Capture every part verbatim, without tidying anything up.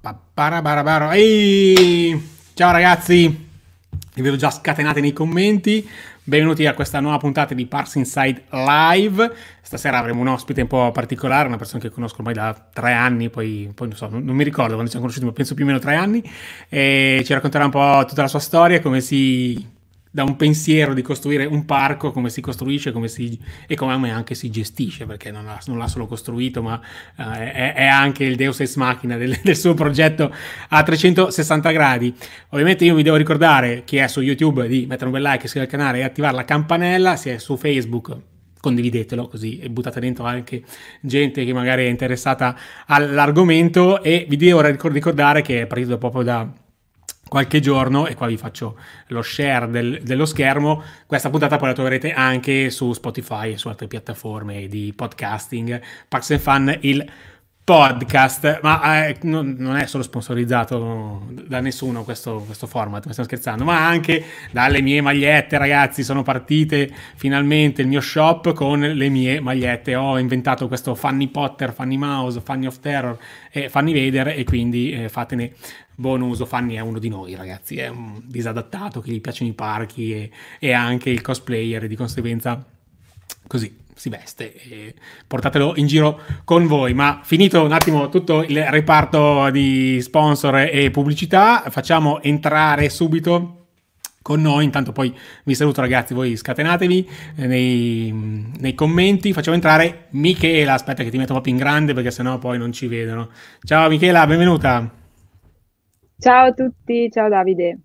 Pa-para-bara-bara. Ehi! Ciao ragazzi, vi vedo già scatenati nei commenti. Benvenuti a questa nuova puntata di Parks Inside Live. Stasera avremo un ospite un po' particolare, una persona che conosco ormai da tre anni, poi, poi non so, non, non mi ricordo quando ci siamo conosciuti, ma penso più o meno tre anni. E ci racconterà un po' tutta la sua storia, come si, da un pensiero di costruire un parco, come si costruisce, come si, e come anche si gestisce, perché non l'ha, non l'ha solo costruito, ma uh, è, è anche il Deus Ex Machina del, del suo progetto a trecentosessanta gradi. Ovviamente io vi devo ricordare, chi è su YouTube, di mettere un bel like, iscrivervi al canale e attivare la campanella. Se è su Facebook, condividetelo, così e buttate dentro anche gente che magari è interessata all'argomento. E vi devo ricordare che è partito proprio da qualche giorno, e qua vi faccio lo share del, dello schermo. Questa puntata poi la troverete anche su Spotify e su altre piattaforme di podcasting. Parks and Fun, il podcast, ma eh, non, non è solo sponsorizzato da nessuno questo, questo format, mi stiamo scherzando, ma anche dalle mie magliette. Ragazzi, sono partite finalmente il mio shop con le mie magliette. Ho inventato questo Funny Potter, Funny Mouse, Funny of Terror e Funny Vader, e quindi eh, fatene buon uso. Funny è uno di noi, ragazzi, è un disadattato che gli piacciono i parchi e, e anche il cosplayer, e di conseguenza così si veste, e portatelo in giro con voi. Ma finito un attimo tutto il reparto di sponsor e pubblicità, facciamo entrare subito con noi. Intanto poi vi saluto, ragazzi, voi scatenatevi nei, nei commenti. Facciamo entrare Michela. Aspetta che ti metto proprio in grande, perché sennò poi non ci vedono. Ciao Michela, benvenuta. Ciao a tutti, ciao Davide.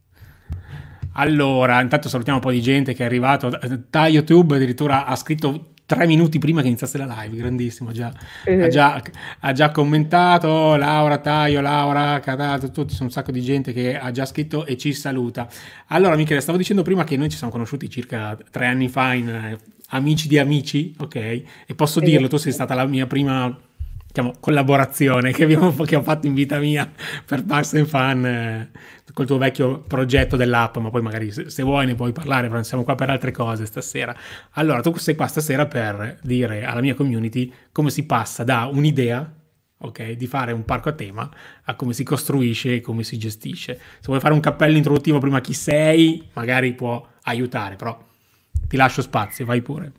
Allora, intanto salutiamo un po' di gente che è arrivato da YouTube, addirittura ha scritto tre minuti prima che iniziasse la live, grandissimo, già, Eh. ha, già, ha già commentato. Laura, Taio, Laura, Catato, tutti, sono un sacco di gente che ha già scritto e ci saluta. Allora Michele, stavo dicendo prima che noi ci siamo conosciuti circa tre anni fa in eh, Amici di Amici, ok? E posso dirlo, tu sei stata la mia prima, diciamo, collaborazione che, abbiamo, che ho fatto in vita mia per Parks and Fun, eh, col tuo vecchio progetto dell'app, ma poi magari se, se vuoi ne puoi parlare, però siamo qua per altre cose stasera. Allora, tu sei qua stasera per dire alla mia community come si passa da un'idea, ok, di fare un parco a tema, a come si costruisce e come si gestisce. Se vuoi fare un cappello introduttivo prima chi sei, magari può aiutare, però ti lascio spazio, vai pure.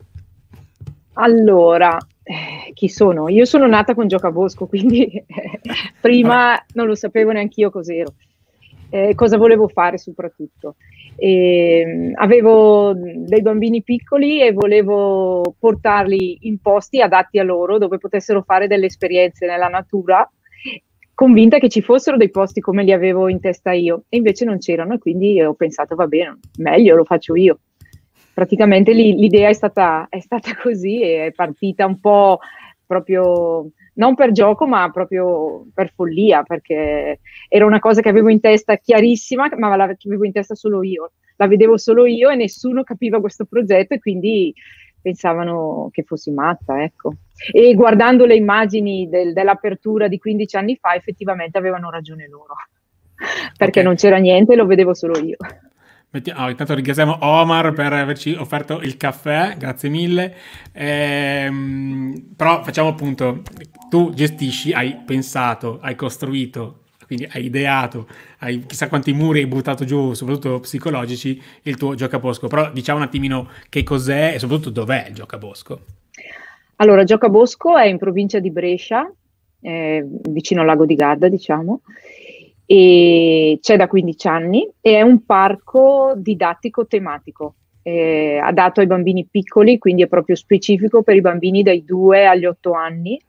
Allora, eh, chi sono? Io sono nata con Giocabosco, quindi eh, prima Vabbè. non lo sapevo neanche io cos'ero, eh, cosa volevo fare soprattutto. E, avevo dei bambini piccoli e volevo portarli in posti adatti a loro, dove potessero fare delle esperienze nella natura, convinta che ci fossero dei posti come li avevo in testa io, e invece non c'erano, e quindi ho pensato, va bene, meglio lo faccio io. Praticamente l'idea è stata, è stata così, e è partita un po' proprio, non per gioco, ma proprio per follia, perché era una cosa che avevo in testa chiarissima, ma la avevo in testa solo io, la vedevo solo io e nessuno capiva questo progetto, e quindi pensavano che fossi matta, ecco. E guardando le immagini del, dell'apertura di quindici anni fa, effettivamente avevano ragione loro, perché okay. non c'era niente, lo vedevo solo io. Oh, intanto ringraziamo Omar per averci offerto il caffè, grazie mille. Ehm, però facciamo appunto, tu gestisci, hai pensato, hai costruito, quindi hai ideato, hai chissà quanti muri hai buttato giù, soprattutto psicologici, il tuo Giocabosco. Però diciamo un attimino che cos'è e soprattutto dov'è il Giocabosco. Allora, Giocabosco è in provincia di Brescia, eh, vicino al lago di Garda, diciamo. E c'è da quindici anni, e è un parco didattico tematico, eh, adatto ai bambini piccoli, quindi è proprio specifico per i bambini dai due agli otto anni,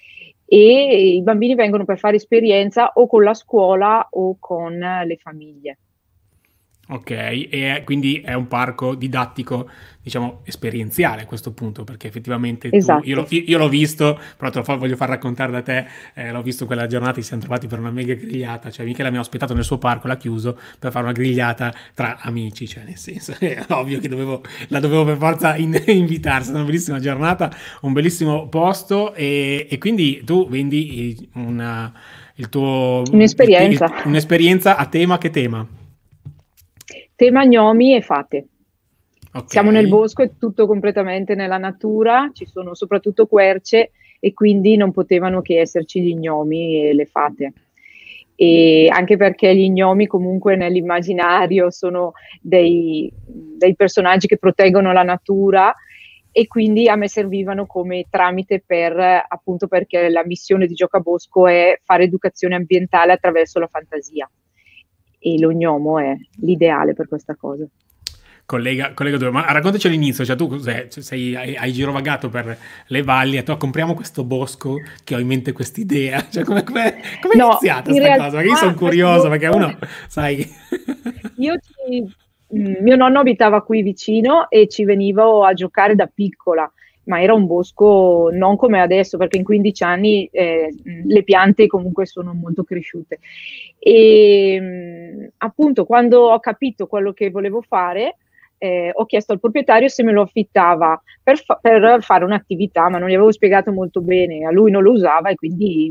e i bambini vengono per fare esperienza o con la scuola o con le famiglie. Ok, e quindi è un parco didattico, diciamo, esperienziale a questo punto, perché effettivamente tu, esatto. io, l'ho, io l'ho visto, però te lo fa, voglio far raccontare da te, eh, l'ho visto quella giornata, ci siamo trovati per una mega grigliata, cioè Michela mi ha ospitato nel suo parco, l'ha chiuso per fare una grigliata tra amici, cioè nel senso, è ovvio che dovevo, la dovevo per forza in, invitare. È stata una bellissima giornata, un bellissimo posto, e, e quindi tu vendi una, il tuo... Un'esperienza. Il, il, un'esperienza a tema, che tema? Tema gnomi e fate. Okay. Siamo nel bosco, è tutto completamente nella natura, ci sono soprattutto querce, e quindi non potevano che esserci gli gnomi e le fate. e anche perché gli gnomi comunque nell'immaginario sono dei, dei personaggi che proteggono la natura, e quindi a me servivano come tramite per, appunto perché la missione di Giocabosco è fare educazione ambientale attraverso la fantasia, e lo gnomo è l'ideale per questa cosa. Collega, collega dove? Ma raccontaci all'inizio, cioè tu cos'è? Cioè, sei, hai, hai girovagato per le valli e tu compriamo questo bosco che ho in mente quest'idea, cioè come è No, iniziata in questa realtà cosa? Perché io sono questo curioso, bosco- perché uno, sai... Io ci, mm, mio nonno abitava qui vicino e ci venivo a giocare da piccola, ma era un bosco non come adesso, perché in quindici anni eh, le piante comunque sono molto cresciute. E mm, appunto, quando ho capito quello che volevo fare, eh, ho chiesto al proprietario se me lo affittava per, fa- per fare un'attività, ma non gli avevo spiegato molto bene, a lui non lo usava, e quindi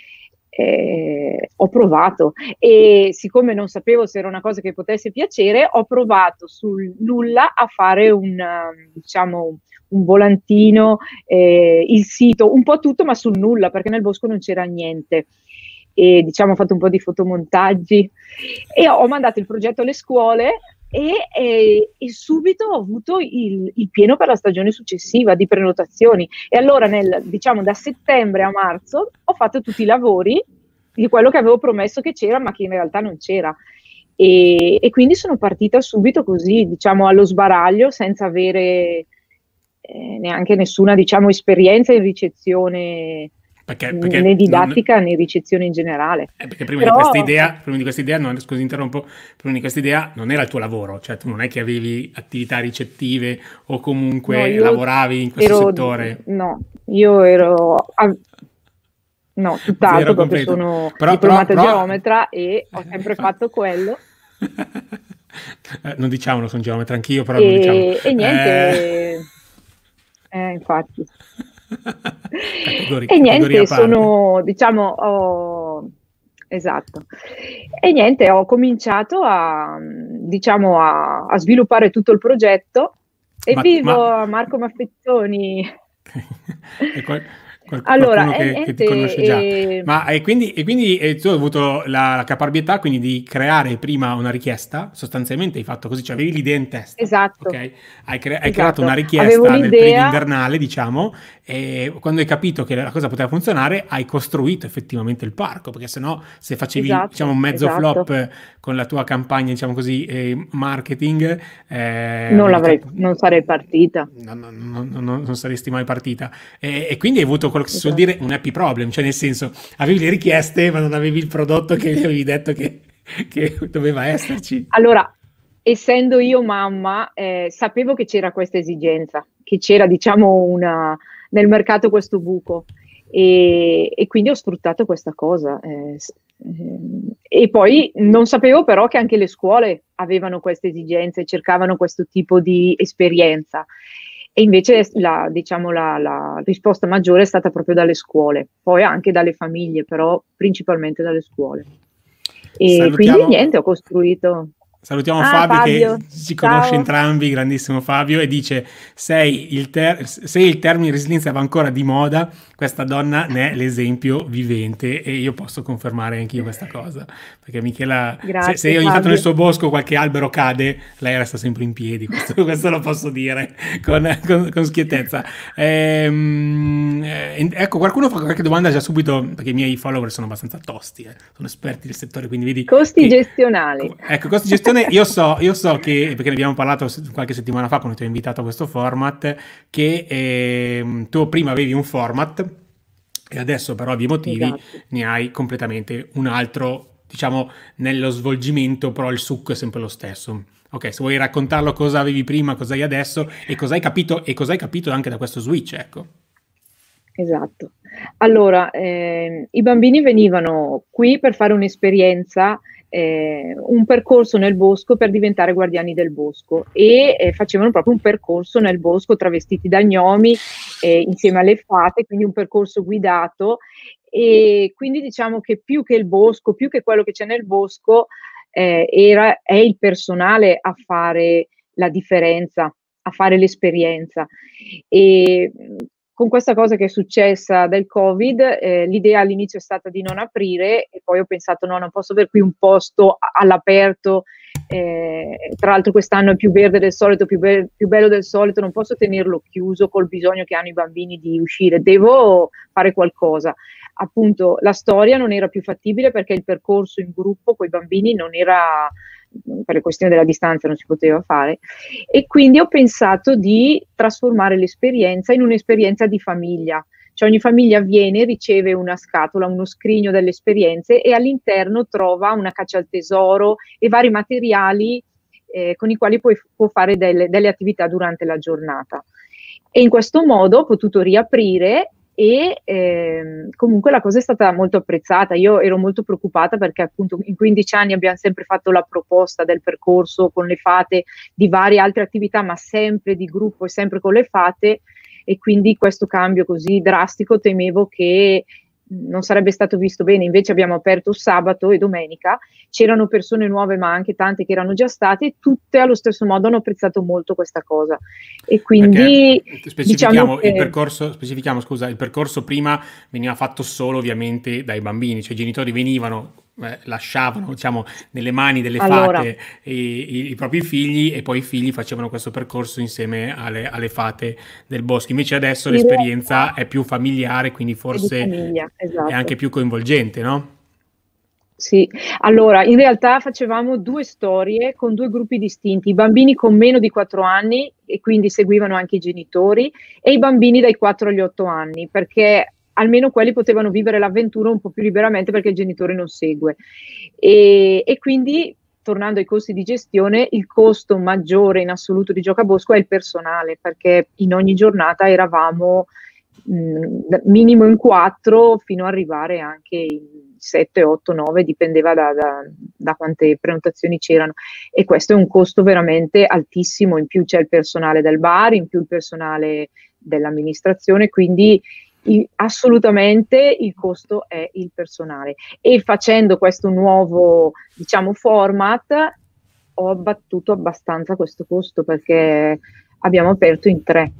eh, ho provato. E siccome non sapevo se era una cosa che potesse piacere, ho provato sul nulla a fare un, um, diciamo, un volantino, eh, il sito, un po' tutto, ma sul nulla, perché nel bosco non c'era niente. E diciamo ho fatto un po' di fotomontaggi e ho mandato il progetto alle scuole, e, e, e subito ho avuto il, il pieno per la stagione successiva di prenotazioni. E allora nel, diciamo da settembre a marzo ho fatto tutti i lavori di quello che avevo promesso che c'era, ma che in realtà non c'era. E, e quindi sono partita subito così, diciamo allo sbaraglio, senza avere eh, neanche nessuna, diciamo, esperienza in ricezione, Perché, né perché, non, didattica né ricezione in generale. eh, perché prima di questa Però idea, prima di questa idea, non, scusi, interrompo, prima di questa idea non era il tuo lavoro, cioè tu non è che avevi attività ricettive o no, comunque io lavoravi in questo ero, settore. no, io ero, a- no, tutt'altro, Zero proprio completo. sono Però, però, diplomata però... geometra e ho eh, sempre fa- fatto quello. Eh, non diciamolo, sono geometra anch'io, però non diciamo. E, e niente, Eh... eh, infatti. Categori- E categoria a niente, parte. sono, diciamo, ho, esatto. E niente, ho cominciato a, diciamo, a, a sviluppare tutto il progetto. Ma, ma... Evviva Marco Maffettoni! è qual- qual- Allora, qualcuno e che, che ti niente, conosce già. e- Ma e quindi, e quindi eh, tu hai avuto la, la caparbietà quindi di creare prima una richiesta, sostanzialmente hai fatto così, cioè avevi l'idea in testa, esatto, ok? Hai, cre- hai creato una esatto. Avevo richiesta nel periodo l'idea, invernale, diciamo, e quando hai capito che la cosa poteva funzionare, hai costruito effettivamente il parco, perché sennò se facevi, diciamo, esatto, un mezzo esatto. flop eh, con la tua campagna, diciamo così, eh, marketing, eh, Non avevi l'avrei, cap- non sarei partita. non, non- non- non- non saresti mai partita. E, e quindi hai avuto quello che si suol Esatto. dire un happy problem, cioè nel senso avevi le richieste ma non avevi il prodotto che gli avevi detto che, che doveva esserci. Allora, essendo io mamma, eh, sapevo che c'era questa esigenza, che c'era, diciamo, una, nel mercato questo buco, e, e quindi ho sfruttato questa cosa. eh, s- ehm, e poi non sapevo però che anche le scuole avevano queste esigenze, cercavano questo tipo di esperienza. E invece la, diciamo, la, la risposta maggiore è stata proprio dalle scuole, poi anche dalle famiglie, però principalmente dalle scuole. E quindi Salutiamo, niente, ho costruito. salutiamo Ah, Fabio che Fabio, ci conosce ciao. entrambi, grandissimo Fabio, e dice sei il ter- se il termine resilienza va ancora di moda, questa donna ne è l'esempio vivente e io posso confermare anch'io questa cosa, perché Michela, se, se Grazie, ogni tanto nel Fabio. suo bosco qualche albero cade, lei resta sempre in piedi, questo, questo lo posso dire con, con, con schiettezza. Ehm, eh, ecco, qualcuno fa qualche domanda già subito, perché i miei follower sono abbastanza tosti, eh, sono esperti del settore, quindi vedi Costi che... gestionali. Ecco, costi di gestione, io so, io so che, perché ne abbiamo parlato qualche settimana fa quando ti ho invitato a questo format, che ehm, tu prima avevi un format e adesso per ovvi motivi Esatto. ne hai completamente un altro, diciamo, nello svolgimento, però il succo è sempre lo stesso. Ok, se vuoi raccontarlo cosa avevi prima, cosa hai adesso e cosa hai capito, e cosa hai capito anche da questo switch, ecco. Esatto. Allora, ehm, i bambini venivano qui per fare un'esperienza, eh, un percorso nel bosco per diventare guardiani del bosco, e eh, facevano proprio un percorso nel bosco travestiti da gnomi, eh, insieme alle fate, quindi un percorso guidato. E quindi diciamo che più che il bosco, più che quello che c'è nel bosco, eh, era, è il personale a fare la differenza, a fare l'esperienza. E con questa cosa che è successa del Covid, eh, l'idea all'inizio è stata di non aprire e poi ho pensato no, non posso avere qui un posto all'aperto, eh, tra l'altro quest'anno è più verde del solito, più, be- più bello del solito, non posso tenerlo chiuso col bisogno che hanno i bambini di uscire, devo fare qualcosa. Appunto la storia non era più fattibile perché il percorso in gruppo con i bambini non era, per le questioni della distanza non si poteva fare, e quindi ho pensato di trasformare l'esperienza in un'esperienza di famiglia. Cioè ogni famiglia viene, riceve una scatola, uno scrigno delle esperienze e all'interno trova una caccia al tesoro e vari materiali eh, con i quali poi può fare delle, delle attività durante la giornata. E in questo modo ho potuto riaprire e ehm, comunque la cosa è stata molto apprezzata. Io ero molto preoccupata perché appunto in quindici anni abbiamo sempre fatto la proposta del percorso con le fate, di varie altre attività, ma sempre di gruppo e sempre con le fate, e quindi questo cambio così drastico temevo che non sarebbe stato visto bene. Invece abbiamo aperto sabato e domenica, c'erano persone nuove ma anche tante che erano già state e tutte allo stesso modo hanno apprezzato molto questa cosa, e quindi Perché specifichiamo diciamo che... il percorso, specifichiamo, scusa, il percorso prima veniva fatto solo ovviamente dai bambini, cioè i genitori venivano, eh, lasciavano diciamo nelle mani delle Allora, fate i, i- i propri figli e poi i figli facevano questo percorso insieme alle, alle fate del bosco. Invece adesso in l'esperienza realtà è più familiare, quindi è di forse famiglia, è anche esatto. più coinvolgente, no? Sì, allora in realtà facevamo due storie con due gruppi distinti, i bambini con meno di quattro anni e quindi seguivano anche i genitori, e i bambini dai quattro agli otto anni, perché almeno quelli potevano vivere l'avventura un po' più liberamente perché il genitore non segue. E, e quindi, tornando ai costi di gestione, il costo maggiore in assoluto di Giocabosco è il personale, perché in ogni giornata eravamo mh, minimo in quattro fino ad arrivare anche in sette, otto, nove, dipendeva da, da, da quante prenotazioni c'erano, e questo è un costo veramente altissimo. In più c'è il personale del bar, in più il personale dell'amministrazione, quindi il, assolutamente il costo è il personale. E facendo questo nuovo, diciamo, format ho abbattuto abbastanza questo costo perché abbiamo aperto in tre.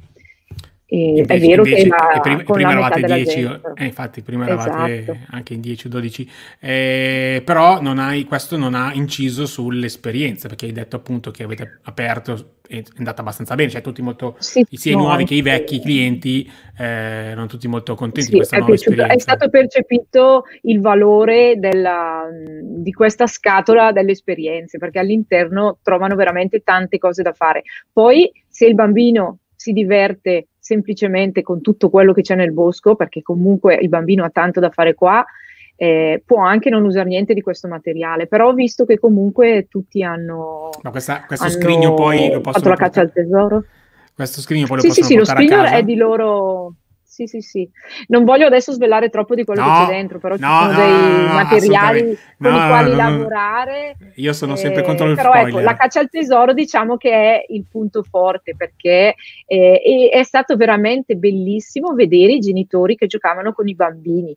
E è Invece, vero che invece e la, prima, e con la prima metà eravate della dieci, gente, però. eh, infatti prima Esatto. eravate anche in dieci o dodici, eh, però non hai, questo non ha inciso sull'esperienza, perché hai detto appunto che avete aperto e è andata abbastanza bene, cioè tutti molto, Sì, sia i no, nuovi anche, che i vecchi clienti, eh, erano tutti molto contenti di sì, questa è nuova piaciuto, è esperienza. stato percepito il valore della, di questa scatola delle esperienze, perché all'interno trovano veramente tante cose da fare. Poi, se il bambino si diverte semplicemente con tutto quello che c'è nel bosco, perché comunque il bambino ha tanto da fare qua, eh, può anche non usare niente di questo materiale, però ho visto che comunque tutti hanno, Ma questa- questo scrigno poi lo hanno fatto possono la caccia portare, al tesoro. questo scrigno poi lo Sì, sì, possono sì, lo portare a scrigno è casa? di loro. Sì, sì, sì. Non voglio adesso svelare troppo di quello che c'è No, dentro, però ci no, sono no, no, no, dei no, assolutamente. materiali con i No, quali no, no, no. lavorare. Io sono sempre contro Eh, lo però ecco, la spoiler. caccia al tesoro diciamo che è il punto forte, perché eh, e- è stato veramente bellissimo vedere i genitori che giocavano con i bambini.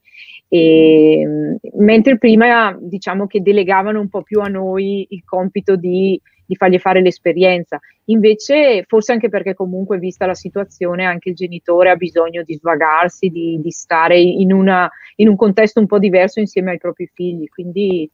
E, mh, mentre prima diciamo che delegavano un po' più a noi il compito di, di fargli fare l'esperienza. Invece, forse anche perché comunque, vista la situazione, anche il genitore ha bisogno di svagarsi, di, di stare in, una, in un contesto un po' diverso insieme ai propri figli. Quindi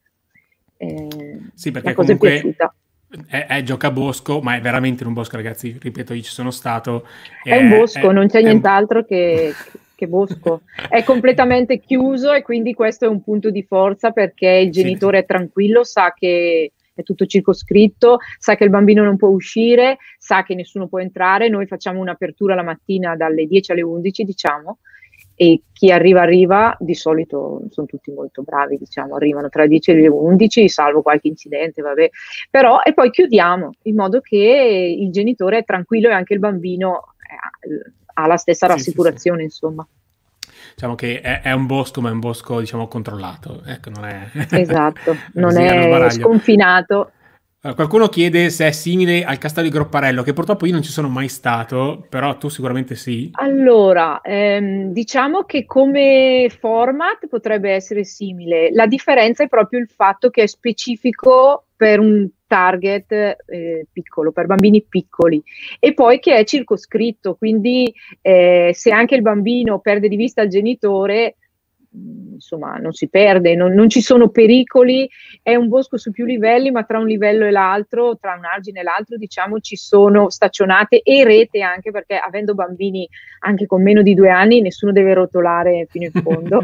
eh, Sì, la perché cosa è comunque piaciuta. è, è giocabosco, ma è veramente in un bosco, ragazzi. Ripeto, io ci sono stato. È un È, bosco, è- non c'è è un- nient'altro che, che bosco. È completamente chiuso e quindi questo è un punto di forza, perché il Sì, genitore è tranquillo, sa che è tutto circoscritto, sa che il bambino non può uscire, sa che nessuno può entrare. Noi facciamo un'apertura la mattina dalle dieci alle undici, diciamo, e chi arriva arriva, di solito sono tutti molto bravi, diciamo, arrivano tra le dieci e le undici, salvo qualche incidente, vabbè. Però, e poi chiudiamo in modo che il genitore è tranquillo e anche il bambino eh, ha la stessa sì, sì, sì. rassicurazione, insomma. Diciamo che è, è un bosco, ma è un bosco, diciamo, controllato. Ecco, non è Esatto, non così allo è sbaraglio. sconfinato. Uh, qualcuno chiede se è simile al Castello di Gropparello, che purtroppo io non ci sono mai stato, però tu sicuramente sì. Allora, ehm, diciamo che come format potrebbe essere simile. La differenza è proprio il fatto che è specifico per un target eh, piccolo, per bambini piccoli, e poi che è circoscritto, quindi eh, se anche il bambino perde di vista il genitore, mh, insomma, non si perde, non, non ci sono pericoli. È un bosco su più livelli, ma tra un livello e l'altro, tra un argine e l'altro, diciamo, ci sono staccionate e rete, anche perché avendo bambini anche con meno di due anni, nessuno deve rotolare fino in fondo.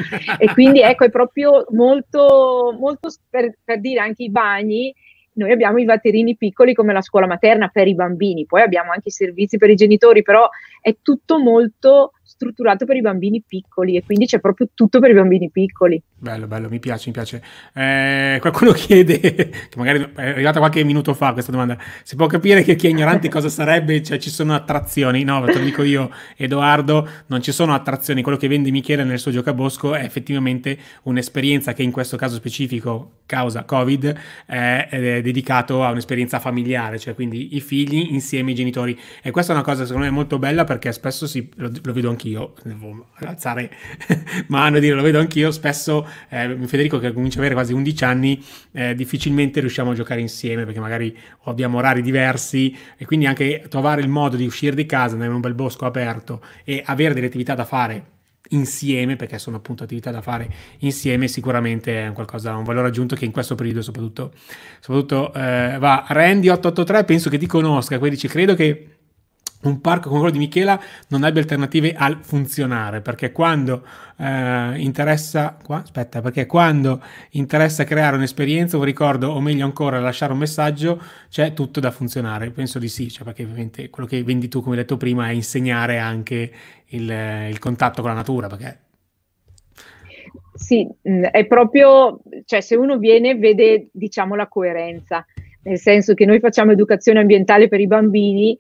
E quindi ecco, è proprio molto, molto per, per dire anche i bagni. Noi abbiamo i vaterini piccoli come la scuola materna per i bambini, poi abbiamo anche i servizi per i genitori, però è tutto molto strutturato per i bambini piccoli e quindi c'è proprio tutto per i bambini piccoli. Bello, bello, mi piace, mi piace. Eh, qualcuno chiede, che magari è arrivata qualche minuto fa questa domanda, si può capire che chi è ignorante cosa sarebbe? Cioè ci sono attrazioni? No, te lo dico io, Edoardo, non ci sono attrazioni. Quello che vende Michele nel suo giocabosco è effettivamente un'esperienza che in questo caso specifico, causa Covid, è, è dedicato a un'esperienza familiare, cioè quindi i figli insieme ai genitori. E questa è una cosa secondo me molto bella perché spesso si, lo, lo vedo anch'io, devo alzare mano e dire lo vedo anch'io, spesso Eh, Federico che comincia ad avere quasi undici anni, eh, difficilmente riusciamo a giocare insieme perché magari abbiamo orari diversi e quindi anche trovare il modo di uscire di casa, andare in un bel bosco aperto e avere delle attività da fare insieme, perché sono appunto attività da fare insieme, sicuramente è un qualcosa, un valore aggiunto che in questo periodo soprattutto, soprattutto eh, va. Randy otto otto tre penso che ti conosca, poi dice credo che un parco come quello di Michela non abbia alternative al funzionare, perché quando eh, interessa qua, aspetta, perché quando interessa creare un'esperienza, un ricordo o meglio ancora lasciare un messaggio, c'è tutto da funzionare. Penso di sì, cioè perché ovviamente quello che vendi tu, come hai detto prima, è insegnare anche il, il contatto con la natura, perché sì, è proprio, cioè se uno viene vede, diciamo, la coerenza, nel senso che noi facciamo educazione ambientale per i bambini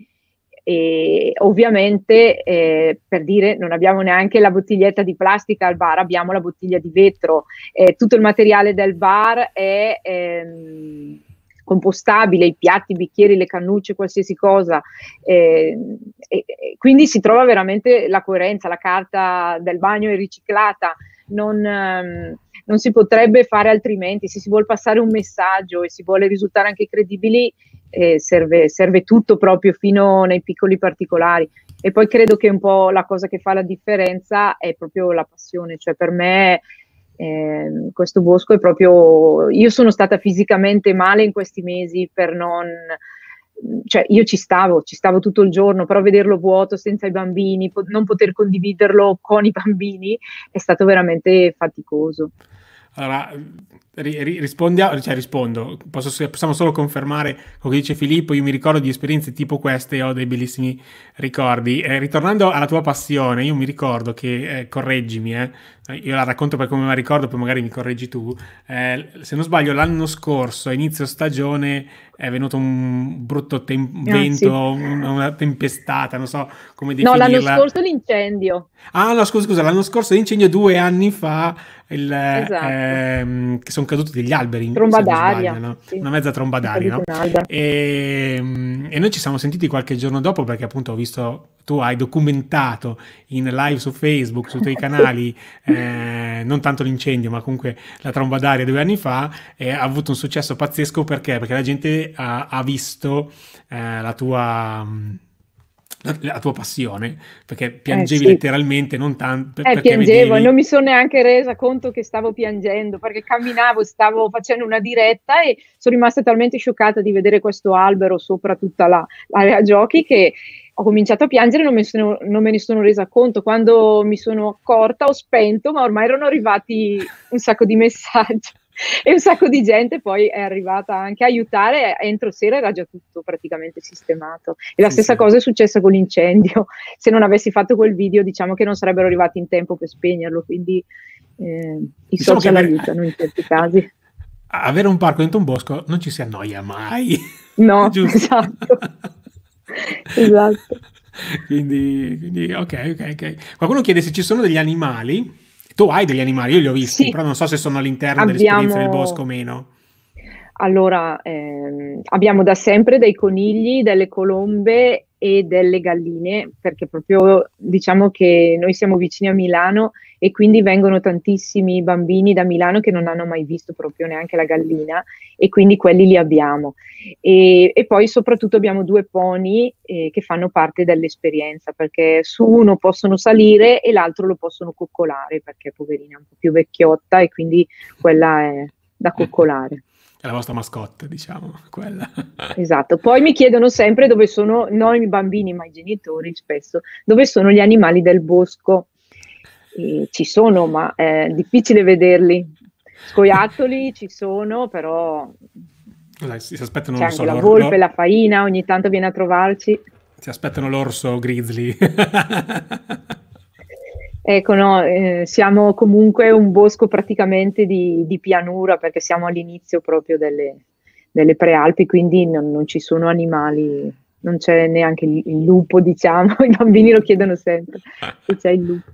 e ovviamente eh, per dire non abbiamo neanche la bottiglietta di plastica al bar, abbiamo la bottiglia di vetro, eh, tutto il materiale del bar è ehm, compostabile, i piatti, i bicchieri, le cannucce, qualsiasi cosa, eh, e, e quindi si trova veramente la coerenza, la carta del bagno è riciclata, non, ehm, non si potrebbe fare altrimenti, se si vuole passare un messaggio e si vuole risultare anche credibili, eh, serve, serve tutto proprio fino nei piccoli particolari. E poi credo che un po' la cosa che fa la differenza è proprio la passione, cioè per me eh, questo bosco è proprio, io sono stata fisicamente male in questi mesi per non, cioè io ci stavo, ci stavo tutto il giorno, però vederlo vuoto senza i bambini, po- non poter condividerlo con i bambini è stato veramente faticoso. allora, ri- ri- rispondi a- cioè rispondo, Posso- possiamo solo confermare quello che dice Filippo, io mi ricordo di esperienze tipo queste e ho dei bellissimi ricordi. Eh, ritornando alla tua passione, io mi ricordo che, eh, correggimi, eh, io la racconto per come me la ricordo, poi magari mi correggi tu, eh, se non sbaglio l'anno scorso, a inizio stagione, è venuto un brutto tem- Ah, vento, sì. un- una tempestata, non so come No, l'anno definirla. scorso l'incendio, Ah, no, scusa, scusa, l'anno scorso l'incendio due anni fa, il, esatto, ehm, che sono caduti degli alberi, tromba se non sbaglio, d'aria, no? sì, Una mezza tromba è d'aria, caduto no? un albero. E, e noi ci siamo sentiti qualche giorno dopo perché appunto ho visto, tu hai documentato in live su Facebook, sui tuoi Sì. canali, eh, non tanto l'incendio, ma comunque la tromba d'aria due anni fa, e ha avuto un successo pazzesco perché? Perché la gente ha, ha visto eh, la tua... La, la tua passione, perché Eh piangevi sì, letteralmente, non tanto eh, perché piangevo e non vedevi. mi sono neanche resa conto che stavo piangendo perché camminavo, stavo facendo una diretta e sono rimasta talmente scioccata di vedere questo albero sopra tutta la- l'area giochi che ho cominciato a piangere e non, me sono- non me ne sono resa conto. Quando mi sono accorta ho spento, ma ormai erano arrivati un sacco di messaggi. E un sacco di gente poi è arrivata anche a aiutare, e entro sera era già tutto praticamente sistemato. E la Sì, stessa sì. cosa è successa con l'incendio. Se non avessi fatto quel video, diciamo che non sarebbero arrivati in tempo per spegnerlo, quindi eh, i Diciamo che social avere, aiutano in certi casi. avere un parco dentro un bosco non ci si annoia mai, No, giusto? esatto. Esatto. Quindi, quindi ok, ok, ok. Qualcuno chiede se ci sono degli animali. Tu hai degli animali, io li ho visti, Sì, però non so se sono all'interno dell'esperienza del bosco abbiamo o meno. Allora, ehm, abbiamo da sempre dei conigli, delle colombe e delle galline, perché proprio diciamo che noi siamo vicini a Milano e quindi vengono tantissimi bambini da Milano che non hanno mai visto proprio neanche la gallina e quindi quelli li abbiamo. E, e poi soprattutto abbiamo due pony eh, che fanno parte dell'esperienza, perché su uno possono salire e l'altro lo possono coccolare, perché poverina è un po' più vecchiotta e quindi quella è da coccolare. È la vostra mascotte, diciamo, quella. Esatto, poi mi chiedono sempre dove sono, non i bambini ma i genitori spesso, dove sono gli animali del bosco. E ci sono, ma è difficile vederli. Scoiattoli ci sono, però Dai, si aspettano, c'è non anche so, la l'or- volpe, l'or- la faina, ogni tanto viene a trovarci. si aspettano l'orso grizzly. Ecco, no, eh, siamo comunque un bosco praticamente di, di pianura perché siamo all'inizio proprio delle, delle prealpi, quindi non, non ci sono animali, non c'è neanche il, il lupo, diciamo, i bambini lo chiedono sempre se c'è il lupo.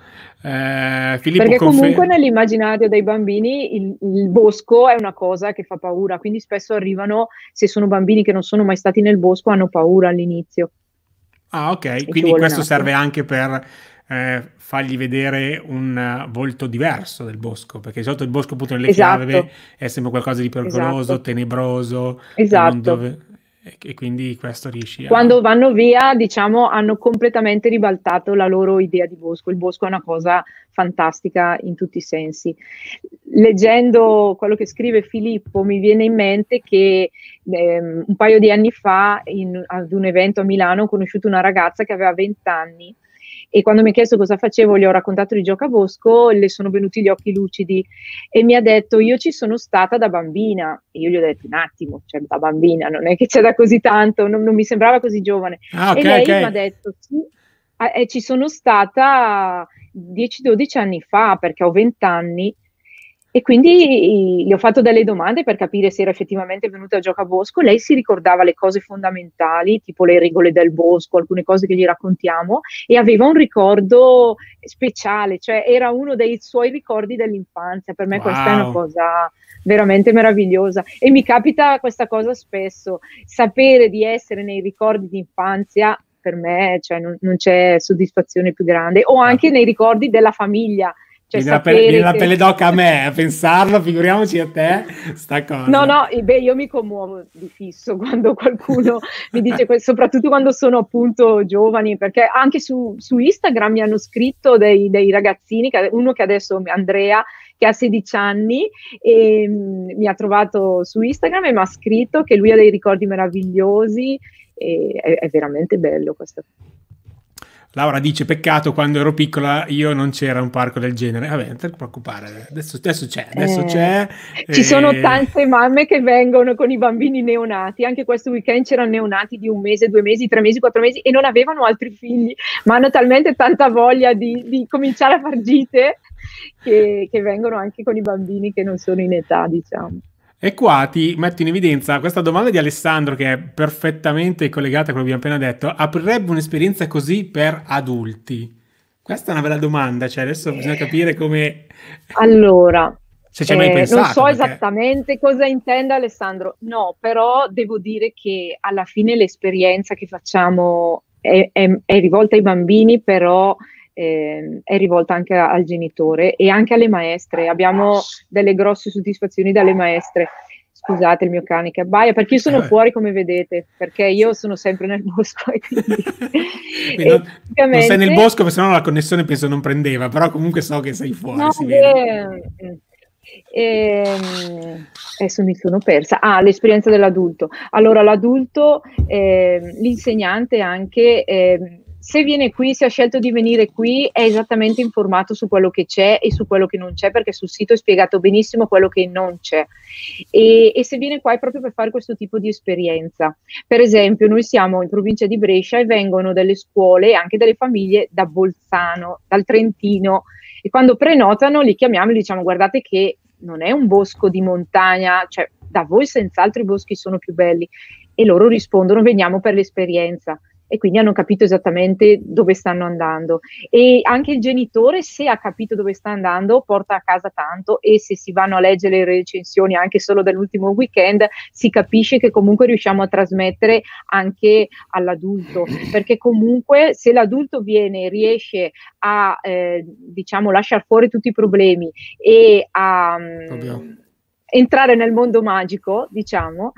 Eh, Filippo Perché comunque conferma. nell'immaginario dei bambini il, il bosco è una cosa che fa paura, quindi spesso arrivano, se sono bambini che non sono mai stati nel bosco, hanno paura all'inizio. Ah, ok, E ci quindi vuole un questo attimo. serve anche per eh, fargli vedere un eh, volto diverso del bosco, perché di solito il bosco appunto nelle fiabe Esatto, è sempre qualcosa di pericoloso, esatto, tenebroso, e non esatto. dove... e, e quindi questo riesci a... Quando vanno via, diciamo, hanno completamente ribaltato la loro idea di bosco. Il bosco è una cosa fantastica in tutti i sensi. Leggendo quello che scrive Filippo, mi viene in mente che ehm, un paio di anni fa, in, ad un evento a Milano, ho conosciuto una ragazza che aveva venti anni e quando mi ha chiesto cosa facevo, gli ho raccontato di Giocabosco, le sono venuti gli occhi lucidi e mi ha detto io ci sono stata da bambina. E io gli ho detto un attimo, cioè da bambina, non è che c'è da così tanto, non, non mi sembrava così giovane. Ah, E ok, lei ok. mi ha detto sì, eh, ci sono stata dieci dodici anni fa perché ho venti anni e quindi gli ho fatto delle domande per capire se era effettivamente venuta a Giocabosco. Lei si ricordava le cose fondamentali, tipo le regole del bosco, alcune cose che gli raccontiamo, e aveva un ricordo speciale, cioè era uno dei suoi ricordi dell'infanzia. Per me questa è una Wow. cosa veramente meravigliosa e mi capita questa cosa spesso, sapere di essere nei ricordi di infanzia. Per me, cioè, non, non c'è soddisfazione più grande, o Ah, anche nei ricordi della famiglia, cioè viene la pelle, viene sapere la che... pelle d'oca a me a pensarlo, figuriamoci a te, sta cosa. No, no, e beh, io mi commuovo di fisso quando qualcuno mi dice questo, soprattutto quando sono appunto giovani, perché anche su, su Instagram mi hanno scritto dei, dei ragazzini, che, uno che adesso, Andrea, che ha sedici anni, e mh, mi ha trovato su Instagram e mi ha scritto che lui ha dei ricordi meravigliosi, e è, è veramente bello questo. Laura dice, peccato, quando ero piccola io non c'era un parco del genere. Vabbè, non ti preoccupare, adesso, adesso c'è, adesso Eh, c'è. ci sono eh, tante mamme che vengono con i bambini neonati, anche questo weekend c'erano neonati di un mese, due mesi, tre mesi, quattro mesi e non avevano altri figli, ma hanno talmente tanta voglia di, di cominciare a far gite che, che vengono anche con i bambini che non sono in età, diciamo. E qua ti metto in evidenza questa domanda di Alessandro che è perfettamente collegata a quello che abbiamo appena detto. Aprirebbe un'esperienza così per adulti? Questa è una bella domanda, cioè adesso bisogna capire come... Allora, se ci hai mai eh, pensato. non so perché... esattamente cosa intenda Alessandro, no, però devo dire che alla fine l'esperienza che facciamo è, è, è rivolta ai bambini, però eh, è rivolta anche al genitore e anche alle maestre. Abbiamo delle grosse soddisfazioni dalle maestre. Scusate il mio cane che abbaia, perché io sono Eh, fuori come vedete, perché io sono sempre nel bosco e quindi... Quindi e non, non sei nel ovviamente... bosco perché sennò la connessione penso non prendeva, però comunque so che sei fuori, No, si vede. beh, ehm, adesso mi sono persa. Ah, l'esperienza dell'adulto. Allora, l'adulto, ehm, l'insegnante anche, ehm, se viene qui, se ha scelto di venire qui, è esattamente informato su quello che c'è e su quello che non c'è, perché sul sito è spiegato benissimo quello che non c'è. E, e se viene qua è proprio per fare questo tipo di esperienza. Per esempio, noi siamo in provincia di Brescia e vengono delle scuole e anche delle famiglie da Bolzano, dal Trentino, e quando prenotano li chiamiamo e diciamo guardate che non è un bosco di montagna, cioè da voi senz'altro i boschi sono più belli, e loro rispondono veniamo per l'esperienza. e quindi hanno capito esattamente dove stanno andando. E anche il genitore, se ha capito dove sta andando, porta a casa tanto, e se si vanno a leggere le recensioni anche solo dell'ultimo weekend, si capisce che comunque riusciamo a trasmettere anche all'adulto, perché comunque se l'adulto viene e riesce a eh, diciamo lasciare fuori tutti i problemi e a mh, entrare nel mondo magico, diciamo,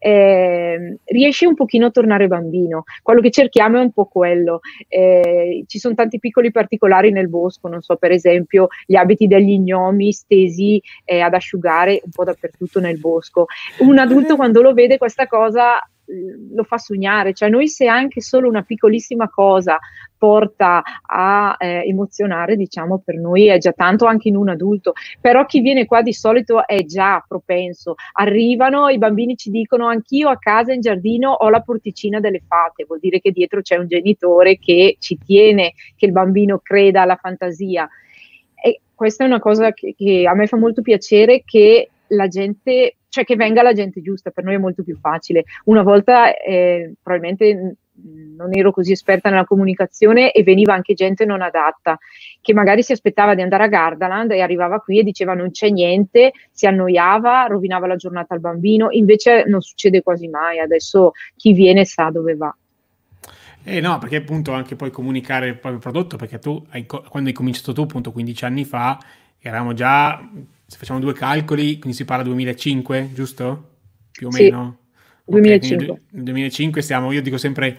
eh, riesce un pochino a tornare bambino. Quello che cerchiamo è un po' quello. Eh, ci sono tanti piccoli particolari nel bosco, non so, per esempio gli abiti degli gnomi stesi eh, ad asciugare un po' dappertutto nel bosco. Un adulto quando lo vede questa cosa lo fa sognare, cioè noi se anche solo una piccolissima cosa porta a eh, emozionare, diciamo, per noi è già tanto anche in un adulto. Però chi viene qua di solito è già propenso, arrivano, i bambini ci dicono anch'io a casa in giardino ho la porticina delle fate, vuol dire che dietro c'è un genitore che ci tiene che il bambino creda alla fantasia, e questa è una cosa che, che a me fa molto piacere, che la gente, cioè che venga la gente giusta, per noi è molto più facile. Una volta eh, probabilmente non ero così esperta nella comunicazione e veniva anche gente non adatta, che magari si aspettava di andare a Gardaland e arrivava qui e diceva non c'è niente, si annoiava, rovinava la giornata al bambino. Invece non succede quasi mai, adesso chi viene sa dove va. Eh no, perché appunto anche poi comunicare il proprio prodotto, perché tu hai, quando hai cominciato tu appunto quindici anni fa, eravamo già, se facciamo due calcoli, quindi si parla duemilacinque, giusto? Più o sì, meno? duemilacinque. Okay, nel duemilacinque siamo, io dico sempre,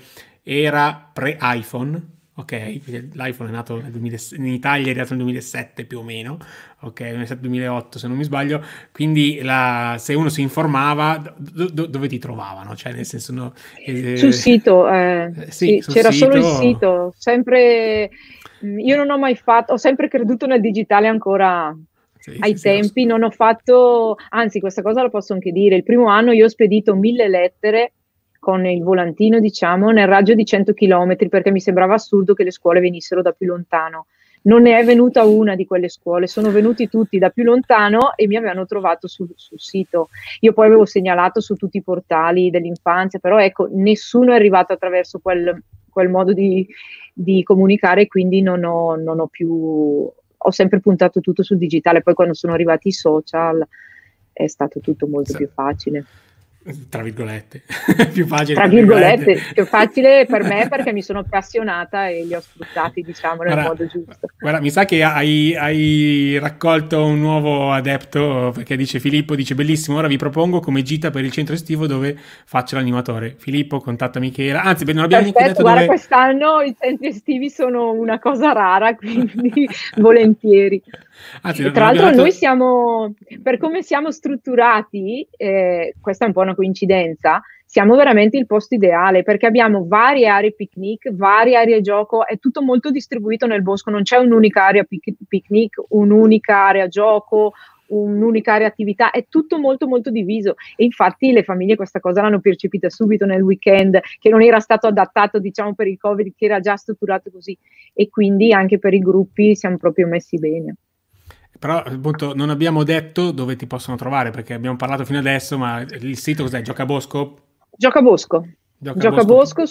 era pre-iPhone, ok? L'iPhone è nato nel duemila, in Italia è nato nel duemilasette più o meno, ok? duemilasette duemilaotto se non mi sbaglio, quindi la, se uno si informava, do, do, dove ti trovavano? Cioè nel senso... No, eh, sul sito, eh, sì, sì, sul c'era sito... solo il sito, sempre... Io non ho mai fatto, ho sempre creduto nel digitale ancora... Sì, ai sì, tempi sì, non ho fatto, anzi questa cosa la posso anche dire, il primo anno io ho spedito mille lettere con il volantino, diciamo, nel raggio di cento chilometri, perché mi sembrava assurdo che le scuole venissero da più lontano. Non ne è venuta una di quelle scuole, sono venuti tutti da più lontano e mi avevano trovato sul, sul sito. Io poi avevo segnalato su tutti i portali dell'infanzia, però ecco, nessuno è arrivato attraverso quel, quel modo di, di comunicare, quindi non ho, non ho più... ho sempre puntato tutto sul digitale, poi quando sono arrivati i social è stato tutto molto sì. più facile. Tra virgolette, più facile. Tra virgolette, più facile per me perché mi sono appassionata e li ho sfruttati, diciamo, nel guarda, modo giusto. Guarda, mi sa che hai, hai raccolto un nuovo adepto, perché dice Filippo, dice bellissimo, ora vi propongo come gita per il centro estivo dove faccio l'animatore. Filippo, contatta Michela, anzi non abbiamo Perfetto, neanche detto guarda, dove... quest'anno i centri estivi sono una cosa rara, quindi volentieri. Anzi, e tra l'altro detto... noi siamo, per come siamo strutturati, eh, questa è un po' una coincidenza, siamo veramente il posto ideale perché abbiamo varie aree picnic, varie aree gioco, è tutto molto distribuito nel bosco, non c'è un'unica area pic- picnic, un'unica area gioco, un'unica area attività, è tutto molto molto diviso e infatti le famiglie questa cosa l'hanno percepita subito nel weekend, che non era stato adattato, diciamo, per il Covid, che era già strutturato così, e quindi anche per i gruppi siamo proprio messi bene. Però appunto non abbiamo detto dove ti possono trovare, perché abbiamo parlato fino adesso, ma il sito cos'è? Giocabosco? Giocabosco. Giocabosco, Giocabosco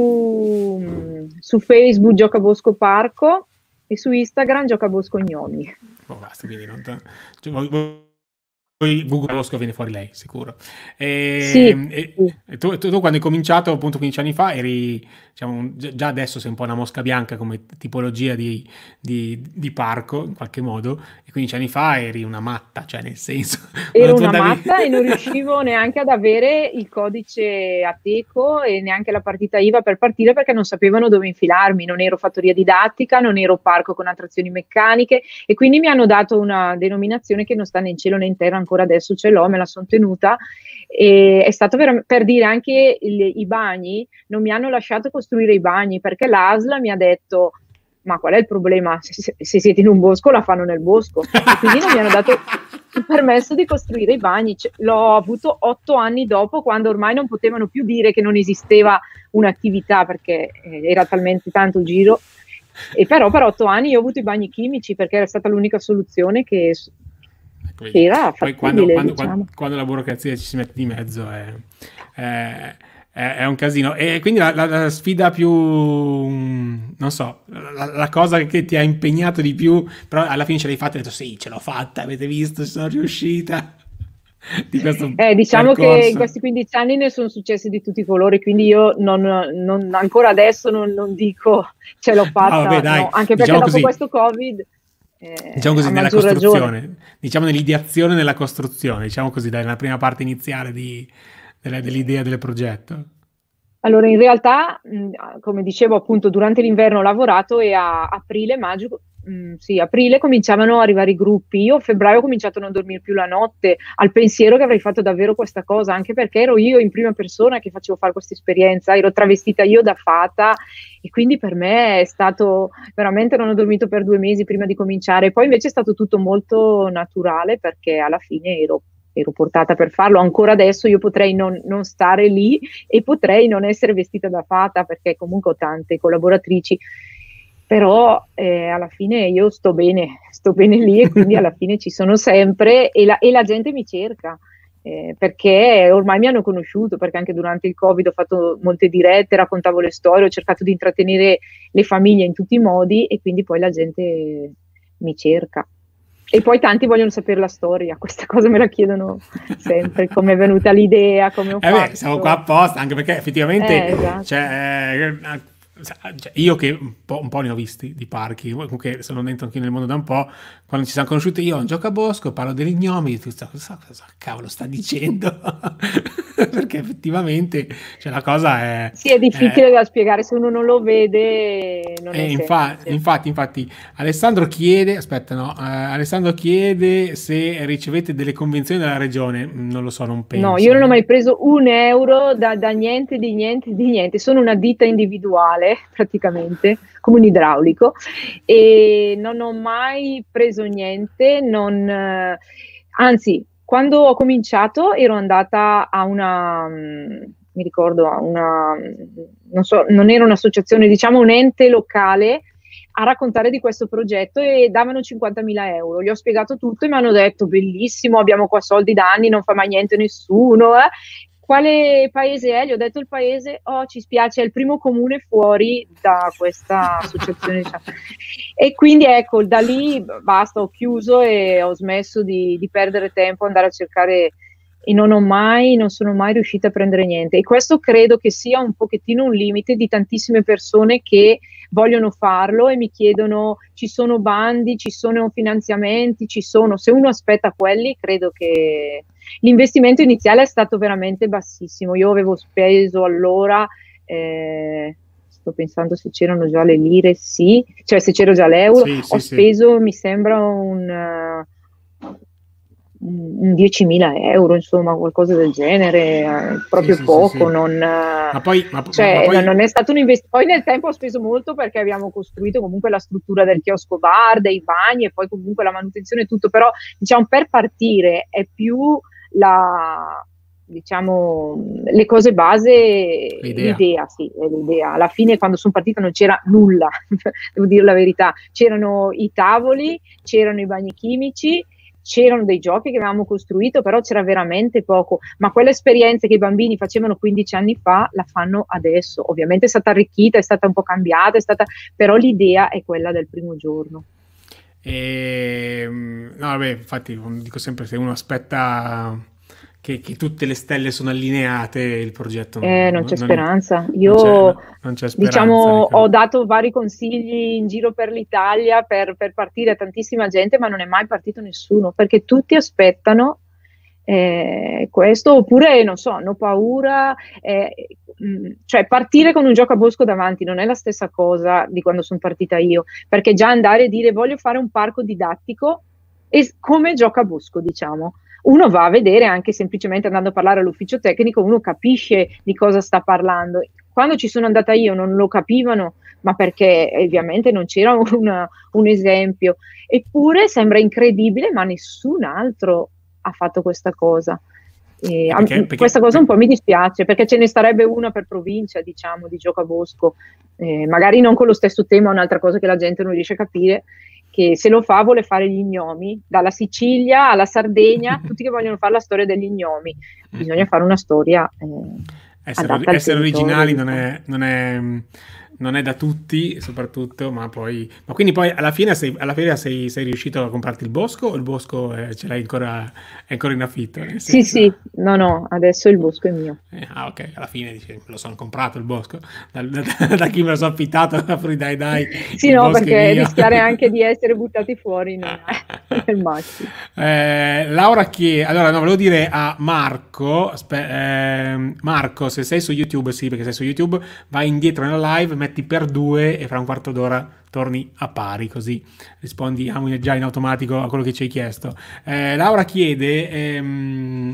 su, su Facebook Giocabosco Parco e su Instagram Giocabosco Gnomi. Oh, basta, quindi non t- cioè, poi Google Bosco viene fuori lei, sicuro. E, sì, e, sì. e tu, tu, tu quando hai cominciato appunto quindici anni fa eri, diciamo, già adesso sei un po' una mosca bianca come tipologia di, di, di parco in qualche modo, e quindici anni fa eri una matta, cioè nel senso... Ero una andavi... matta e non riuscivo neanche ad avere il codice Ateco e neanche la partita I V A per partire perché non sapevano dove infilarmi, non ero fattoria didattica, non ero parco con attrazioni meccaniche e quindi mi hanno dato una denominazione che non sta né in cielo né in terra, ancora adesso ce l'ho, me la sono tenuta, e è stato per, per dire anche il, i bagni, non mi hanno lasciato costruire i bagni perché l'A S L mi ha detto ma qual è il problema? Se, se siete in un bosco la fanno nel bosco, e quindi non mi hanno dato il permesso di costruire i bagni. Cioè, l'ho avuto otto anni dopo, quando ormai non potevano più dire che non esisteva un'attività perché eh, era talmente tanto il giro, e però per otto anni io ho avuto i bagni chimici perché era stata l'unica soluzione che, ecco, che era fattibile, poi quando, quando, diciamo. quando, quando la burocrazia ci si mette di mezzo è, è, è, è un casino. E quindi la, la- la sfida più, non so, la, la cosa che ti ha impegnato di più, però alla fine ce l'hai fatta e hai detto sì, ce l'ho fatta, avete visto, ci sono riuscita di questo Eh, diciamo che in percorso. questi quindici anni ne sono successi di tutti i colori, quindi io non, non- ancora adesso non, non dico ce l'ho No, vabbè, fatta, dai, no, anche perché diciamo dopo così, questo Covid, diciamo eh, a così, nella maggior ragione. costruzione, diciamo nell'ideazione e nella costruzione, diciamo così, dai, nella prima parte iniziale di- delle- dell'idea del progetto. Allora, in realtà, mh, come dicevo appunto, durante l'inverno ho lavorato e a aprile, maggio, mh, sì, aprile cominciavano ad arrivare i gruppi. Io a febbraio ho cominciato a non dormire più la notte, al pensiero che avrei fatto davvero questa cosa, anche perché ero io in prima persona che facevo fare questa esperienza, ero travestita io da fata e quindi per me è stato veramente, non ho dormito per due mesi prima di cominciare. Poi invece è stato tutto molto naturale perché alla fine ero ero portata per farlo. Ancora adesso io potrei non, non stare lì e potrei non essere vestita da fata perché comunque ho tante collaboratrici, però eh, alla fine io sto bene, sto bene lì e quindi alla fine ci sono sempre e la, e la gente mi cerca. Eh, perché ormai mi hanno conosciuto, perché anche durante il Covid ho fatto molte dirette, raccontavo le storie, ho cercato di intrattenere le famiglie in tutti i modi e quindi poi la gente mi cerca. E poi tanti vogliono sapere la storia, questa cosa me la chiedono sempre, come è venuta l'idea, come ho Eh beh, siamo qua fatto. apposta, anche perché effettivamente, Eh, esatto. cioè, eh, cioè, io che un po', un po' ne ho visti di parchi, comunque sono dentro anche nel mondo da un po', quando ci siamo conosciuti io ho un gioco a bosco, parlo degli gnomi, tu cosa, cosa, cosa cavolo sta dicendo? Perché effettivamente, cioè, la cosa è, Sì, è è- difficile da spiegare, se uno non lo vede non è e infa- semplice. infatti, infatti, Alessandro chiede, aspetta, no, eh, Alessandro chiede se ricevete delle convenzioni dalla regione. Mm, non lo so, non No, io non ho penso. mai preso un euro da, da niente, di niente, di niente. Sono una ditta individuale, praticamente, come un idraulico, e non ho mai preso niente. Non, eh, anzi, quando ho cominciato ero andata a una, mm, mi ricordo, a una, mm, non so, non era un'associazione, diciamo un ente locale a raccontare di questo progetto e davano cinquantamila euro. Gli ho spiegato tutto e mi hanno detto bellissimo, abbiamo qua soldi da anni, non fa mai niente nessuno. Eh. Quale paese è? Gli ho detto il paese, oh ci spiace, è il primo comune fuori da questa associazione. Diciamo. E quindi ecco, da lì basta, ho chiuso e ho smesso di, di perdere tempo, andare a cercare e non ho mai, non sono mai riuscita a prendere niente. E questo credo che sia un pochettino un limite di tantissime persone che vogliono farlo e mi chiedono ci sono bandi, ci sono finanziamenti, ci sono, se uno aspetta quelli credo che l'investimento iniziale è stato veramente bassissimo, io avevo speso allora, eh, sto pensando se c'erano già le lire, sì, cioè se c'era già l'euro, Sì, ho sì, sì. speso mi sembra un... Uh, un diecimila euro, insomma, qualcosa del genere, eh, Sì, proprio sì, sì, poco, sì. non, eh, Ma poi, ma, ma- ma cioè, non, poi, non è stato un investimento. Poi nel tempo ho speso molto perché abbiamo costruito comunque la struttura del chiosco bar, dei bagni e poi comunque la manutenzione e tutto, però diciamo per partire è più la, diciamo, le cose base, l'idea. l'idea, sì, è l'idea. Alla fine quando sono partita non c'era nulla, devo dire la verità, c'erano i tavoli, c'erano i bagni chimici, c'erano dei giochi che avevamo costruito, però c'era veramente poco, ma quell'esperienza che i bambini facevano quindi anni fa la fanno adesso. Ovviamente è stata arricchita, è stata un po' cambiata, è stata... però l'idea è quella del primo giorno. E, no, vabbè, infatti, dico sempre, se uno aspetta che, che tutte le stelle sono allineate, il progetto Eh, non, non c'è non- non- speranza. non c'è, Io, no, non c'è speranza. diciamo, Ecco. ho dato vari consigli in giro per l'Italia per, per partire a tantissima gente, ma non è mai partito nessuno, perché tutti aspettano eh, questo, oppure, non so, hanno paura. eh, mh, cioè, partire con un gioco a bosco davanti non è la stessa cosa di quando sono partita io, perché già andare e dire voglio fare un parco didattico e come gioco a bosco, diciamo uno va a vedere anche semplicemente andando a parlare all'ufficio tecnico, uno capisce di cosa sta parlando. Quando ci sono andata io non lo capivano, ma perché ovviamente non c'era una, un esempio. Eppure sembra incredibile, ma nessun altro ha fatto questa cosa. E, Eh, a, perché, perché, questa cosa un per- po' mi dispiace, perché ce ne starebbe una per provincia, diciamo, di gioco a bosco. Eh, magari non con lo stesso tema, un'altra cosa che la gente non riesce a capire, che se lo fa vuole fare gli gnomi, dalla Sicilia alla Sardegna, tutti che vogliono fare la storia degli gnomi. Bisogna fare una storia. Eh, essere, adatta al essere territorio, originali non diciamo. è, non è, non è da tutti, soprattutto, ma poi... Ma quindi poi alla fine sei, alla fine sei, sei riuscito a comprarti il bosco o il bosco eh, ce l'hai ancora, è ancora in affitto, nel Sì, senso... sì, no, no, adesso il bosco è mio. Eh, ah, ok, alla fine dici, me lo sono comprato il bosco, da, da- da chi me lo sono affittato, fuori dai dai, Sì, il no, bosco è perché mio. rischiare anche di essere buttati fuori non è, non è il massimo. Eh, Laura chiede, allora no, volevo dire a Marco, aspe- ehm, Marco, se sei su YouTube, sì, perché sei su YouTube, vai indietro nella live, metti per due e fra un quarto d'ora torni a pari, così rispondi già in automatico a quello che ci hai chiesto. Eh, Laura chiede, ehm,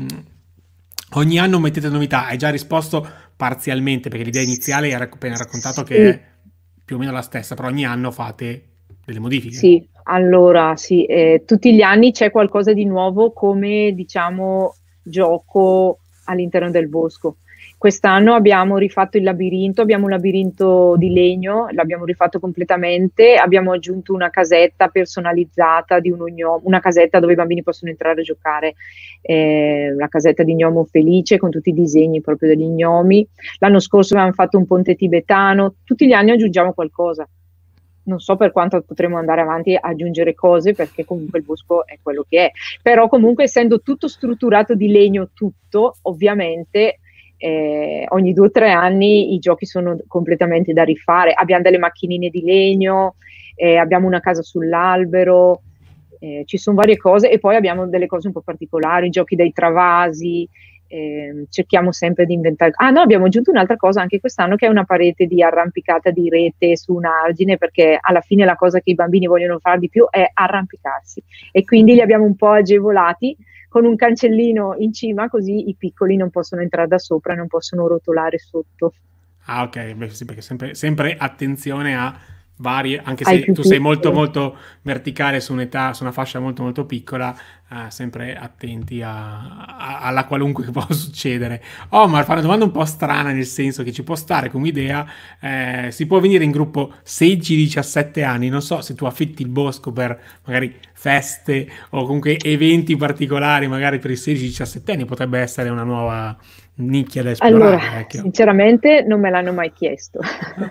ogni anno mettete novità, hai già risposto parzialmente, perché l'idea iniziale era appena raccontato che Sì, è più o meno la stessa, però ogni anno fate delle modifiche. sì, allora sì, eh, tutti gli anni c'è qualcosa di nuovo come diciamo gioco all'interno del bosco. Quest'anno abbiamo rifatto il labirinto, abbiamo un labirinto di legno, l'abbiamo rifatto completamente, abbiamo aggiunto una casetta personalizzata di un ognomo, una casetta dove i bambini possono entrare a giocare, eh, la casetta di gnomo felice con tutti i disegni proprio degli gnomi. L'anno scorso abbiamo fatto un ponte tibetano, tutti gli anni aggiungiamo qualcosa. Non so per quanto potremo andare avanti a aggiungere cose, perché comunque il bosco è quello che è. Però comunque essendo tutto strutturato di legno, tutto, ovviamente eh, ogni due o tre anni i giochi sono completamente da rifare. Abbiamo delle macchinine di legno, eh, abbiamo una casa sull'albero, eh, ci sono varie cose e poi abbiamo delle cose un po' particolari, giochi dai travasi, eh, cerchiamo sempre di inventare. Ah no, abbiamo aggiunto un'altra cosa anche quest'anno che è una parete di arrampicata di rete su un argine, perché alla fine la cosa che i bambini vogliono fare di più è arrampicarsi e quindi li abbiamo un po' agevolati con un cancellino in cima, così i piccoli non possono entrare da sopra e non possono rotolare sotto. Ah, ok, beh, sì, perché sempre, sempre attenzione a varie, anche Ai se più tu sei molto piccoli. molto verticale su un'età, su una fascia molto molto piccola, eh, sempre attenti a- a- alla qualunque che può succedere. Oh, ma fa una domanda un po' strana, nel senso che ci può stare come idea, eh, si può venire in gruppo sedici diciassette anni, non so se tu affitti il bosco per magari feste o comunque eventi particolari, magari per i sedici diciassette anni, potrebbe essere una nuova nicchia da Allora, esplorare, vecchio. sinceramente non me l'hanno mai chiesto.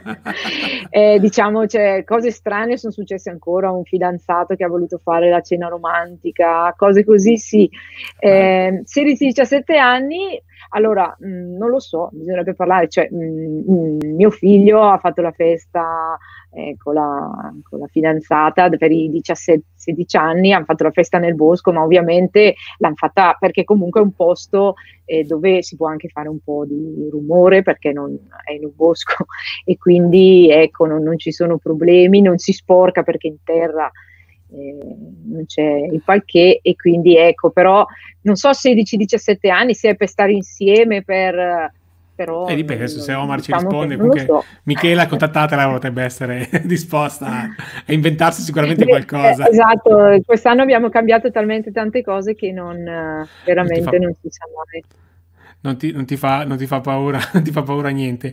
Eh, diciamo, cioè, cose strane sono successe ancora, un fidanzato che ha voluto fare la cena romantica, cose così, sì. Bello. Eh, sedici diciassette anni, allora, mh, non lo so, bisognerebbe parlare, cioè, mh, mh, mio figlio ha fatto la festa eh, con la, con la fidanzata per i diciassette sedici anni, hanno fatto la festa nel bosco, ma ovviamente l'hanno fatta perché comunque è un posto eh, dove si può anche fare un po' di rumore perché non è in un bosco e quindi ecco non, non ci sono problemi, non si sporca perché in terra eh, non c'è il parquet e quindi ecco, però non so sedici diciassette anni se è per stare insieme, per, E però dipende, non, se se non- Omar ci diciamo che risponde, non lo comunque so. Michela, contattatela, potrebbe essere disposta a, a inventarsi sicuramente Beh, eh, qualcosa. esatto, quest'anno abbiamo cambiato talmente tante cose che non, eh, Non ti fa, veramente non si sa mai. non ti, non ti fa, non ti fa paura, non ti fa paura niente.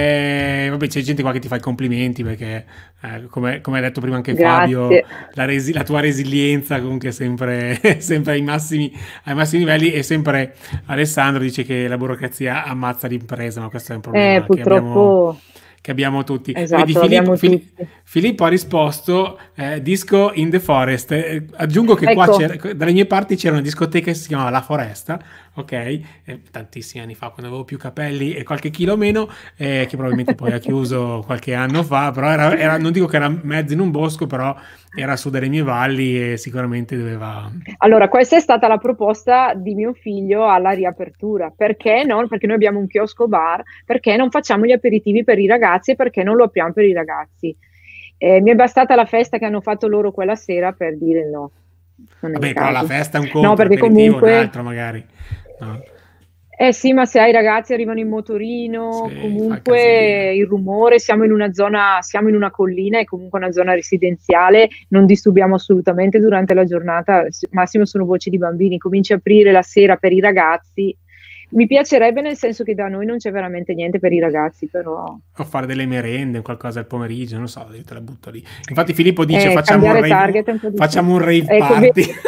Eh, vabbè, c'è gente qua che ti fa i complimenti perché, eh, come, come ha detto prima anche Fabio, Grazie. la, resi- la tua resilienza comunque è sempre, sempre ai massimi, ai massimi livelli e sempre Alessandro dice che la burocrazia ammazza l'impresa, ma questo è un Eh, problema che abbiamo, purtroppo, che abbiamo tutti. Vedi, esatto, Filippo, l'abbiamo Fili- tutti. Filippo ha risposto eh, Disco in the Forest. Eh, aggiungo che qua Ecco, c'era, dalle mie parti c'era una discoteca che si chiamava La Foresta, ok? Eh, tantissimi anni fa, quando avevo più capelli e qualche chilo meno, eh, che probabilmente poi ha chiuso qualche anno fa, però era, era- non dico che era mezzo in un bosco, però era su delle mie valli e sicuramente doveva... allora, questa è stata la proposta di mio figlio alla riapertura. Perché non? Perché noi abbiamo un chiosco bar, perché non facciamo gli aperitivi per i ragazzi e perché non lo apriamo per i ragazzi? Eh, mi è bastata la festa che hanno fatto loro quella sera per dire no, non è il Vabbè, però la caso. festa è un No, conto, perché l'aperitivo è un comunque altro magari. No? eh sì, ma se hai ragazzi arrivano in Sì, motorino, fa il casino. comunque il rumore, siamo in una zona, siamo in una collina, è comunque una zona residenziale, non disturbiamo assolutamente durante la giornata, s- massimo sono voci di bambini, cominci a aprire la sera per i ragazzi. Mi piacerebbe nel senso che da noi non c'è veramente niente per i ragazzi, però O fare delle merende, qualcosa al pomeriggio, non so, io te la butto lì. Infatti Filippo dice eh, facciamo un cambiare rave, target è un po' facciamo un difficile. rave Ecco, vedi? party.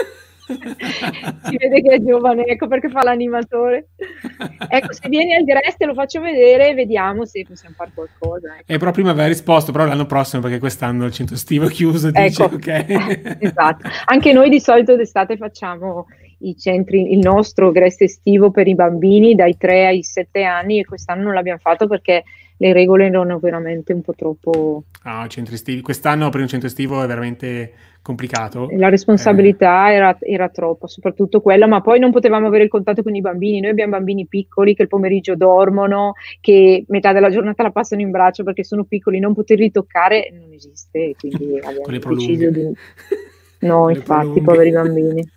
Si vede che è giovane, ecco perché fa l'animatore. Ecco, se vieni al Grest te lo faccio vedere e vediamo se possiamo fare qualcosa. Ecco. E però prima aveva risposto, però l'anno prossimo, perché quest'anno il centro estivo è chiuso, dice, Ecco, ok. esatto. Anche noi di solito d'estate facciamo i centri, il nostro Grest estivo per i bambini dai tre ai sette anni, e quest'anno non l'abbiamo fatto perché le regole erano veramente un po' troppo... Ah, centri estivi. Quest'anno per un centro estivo è veramente complicato. La responsabilità eh. era, era troppa, soprattutto quella, ma poi non potevamo avere il contatto con i bambini. Noi abbiamo bambini piccoli che il pomeriggio dormono, che metà della giornata la passano in braccio perché sono piccoli, non poterli toccare non esiste, quindi abbiamo deciso di... No, infatti, poveri bambini.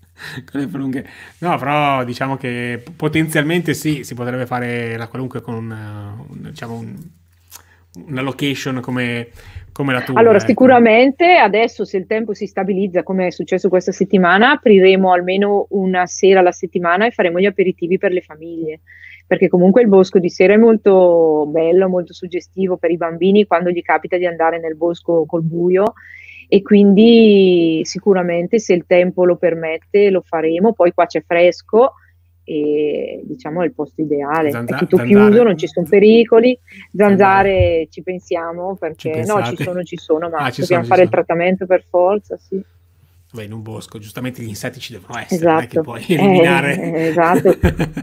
No, però diciamo che potenzialmente sì, si potrebbe fare la qualunque con una, un, diciamo un, una location come, come la tua. Allora, ecco. Sicuramente adesso, se il tempo si stabilizza, come è successo questa settimana, apriremo almeno una sera alla settimana e faremo gli aperitivi per le famiglie, perché comunque il bosco di sera è molto bello, molto suggestivo per i bambini quando gli capita di andare nel bosco col buio. E quindi sicuramente, se il tempo lo permette, lo faremo. Poi qua c'è fresco e diciamo è il posto ideale. Zanza- è tutto zanzare. chiuso, non ci sono pericoli. Zanzare ci pensiamo perché ci no, ci sono, ci sono, ma ah, ci dobbiamo sono, fare ci il trattamento per forza, sì. Beh, in un bosco, giustamente gli insetti ci devono essere, Esatto. non è che puoi eliminare. Eh, eh, esatto.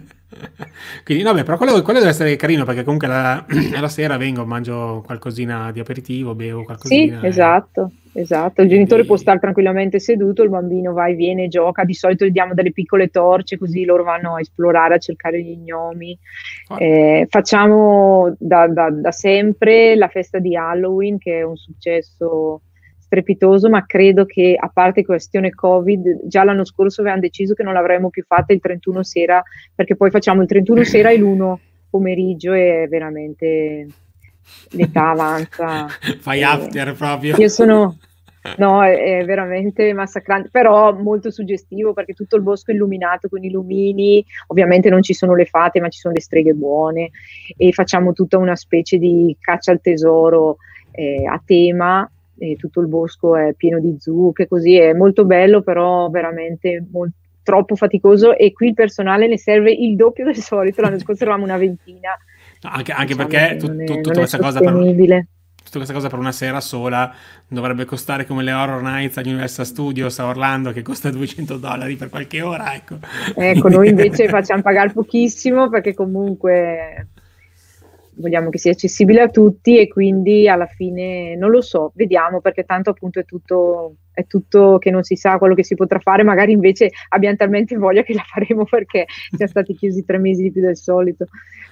Quindi, no, beh, però quello, quello deve essere carino, perché comunque la, alla sera vengo, mangio qualcosina di aperitivo, bevo qualcosina. Sì, esatto, e... esatto. Il genitore Quindi... può stare tranquillamente seduto, il bambino va e viene, gioca. Di solito gli diamo delle piccole torce, così loro vanno a esplorare, a cercare gli gnomi. Ah. Eh, facciamo da, da, da sempre la festa di Halloween, che è un successo strepitoso, ma credo che, a parte questione Covid, già l'anno scorso avevamo deciso che non l'avremmo più fatta il trentuno sera, perché poi facciamo il trentuno sera e l'uno pomeriggio, e veramente l'età avanza. Fai e... after proprio. Io sono... No, è, è veramente massacrante, però molto suggestivo, perché tutto il bosco è illuminato con i lumini. Ovviamente non ci sono le fate, ma ci sono le streghe buone, e facciamo tutta una specie di caccia al tesoro eh, a tema. E tutto il bosco è pieno di zucche, così è molto bello, però veramente molto, troppo faticoso, e qui il personale ne serve il doppio del solito. L'anno scorso eravamo una ventina. No, anche, anche diciamo perché che tu, non è, tu, non tutta, è questa cosa per, tutta questa cosa per una sera sola dovrebbe costare come le Horror Nights agli Universal Studios a Orlando, che costa duecento dollari per qualche ora, ecco. Ecco, noi invece facciamo pagare pochissimo, perché comunque vogliamo che sia accessibile a tutti, e quindi alla fine non lo so, vediamo, perché tanto appunto è tutto, è tutto che non si sa quello che si potrà fare. Magari invece abbiamo talmente voglia che la faremo, perché siamo stati chiusi tre mesi di più del solito.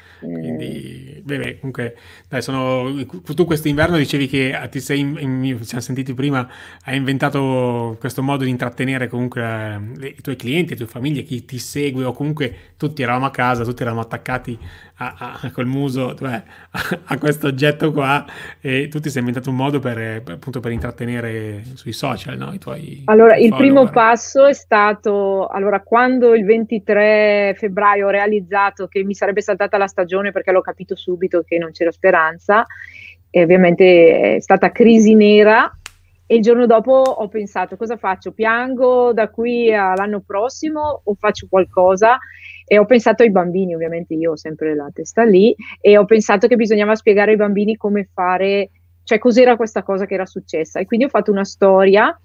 Quindi, beh, comunque, dai, sono, tu quest'inverno dicevi che ti sei, in, in, ci siamo sentiti prima, hai inventato questo modo di intrattenere comunque le, i tuoi clienti, le tue famiglie, chi ti segue, o comunque tutti eravamo a casa, tutti eravamo attaccati a, a, a col muso, cioè, a, a questo oggetto qua, e tu ti sei inventato un modo per, appunto, per intrattenere sui social, no? I tuoi Allora, i tuoi il follower. primo passo è stato, allora, quando il ventitré febbraio ho realizzato che mi sarebbe saltata la stagione, perché l'ho capito subito che non c'era speranza, e ovviamente è stata crisi nera, e il giorno dopo ho pensato: cosa faccio? Piango da qui all'anno prossimo o faccio qualcosa? E ho pensato ai bambini, ovviamente io ho sempre la testa lì, e ho pensato che bisognava spiegare ai bambini come fare, cioè cos'era questa cosa che era successa, e quindi ho fatto una storia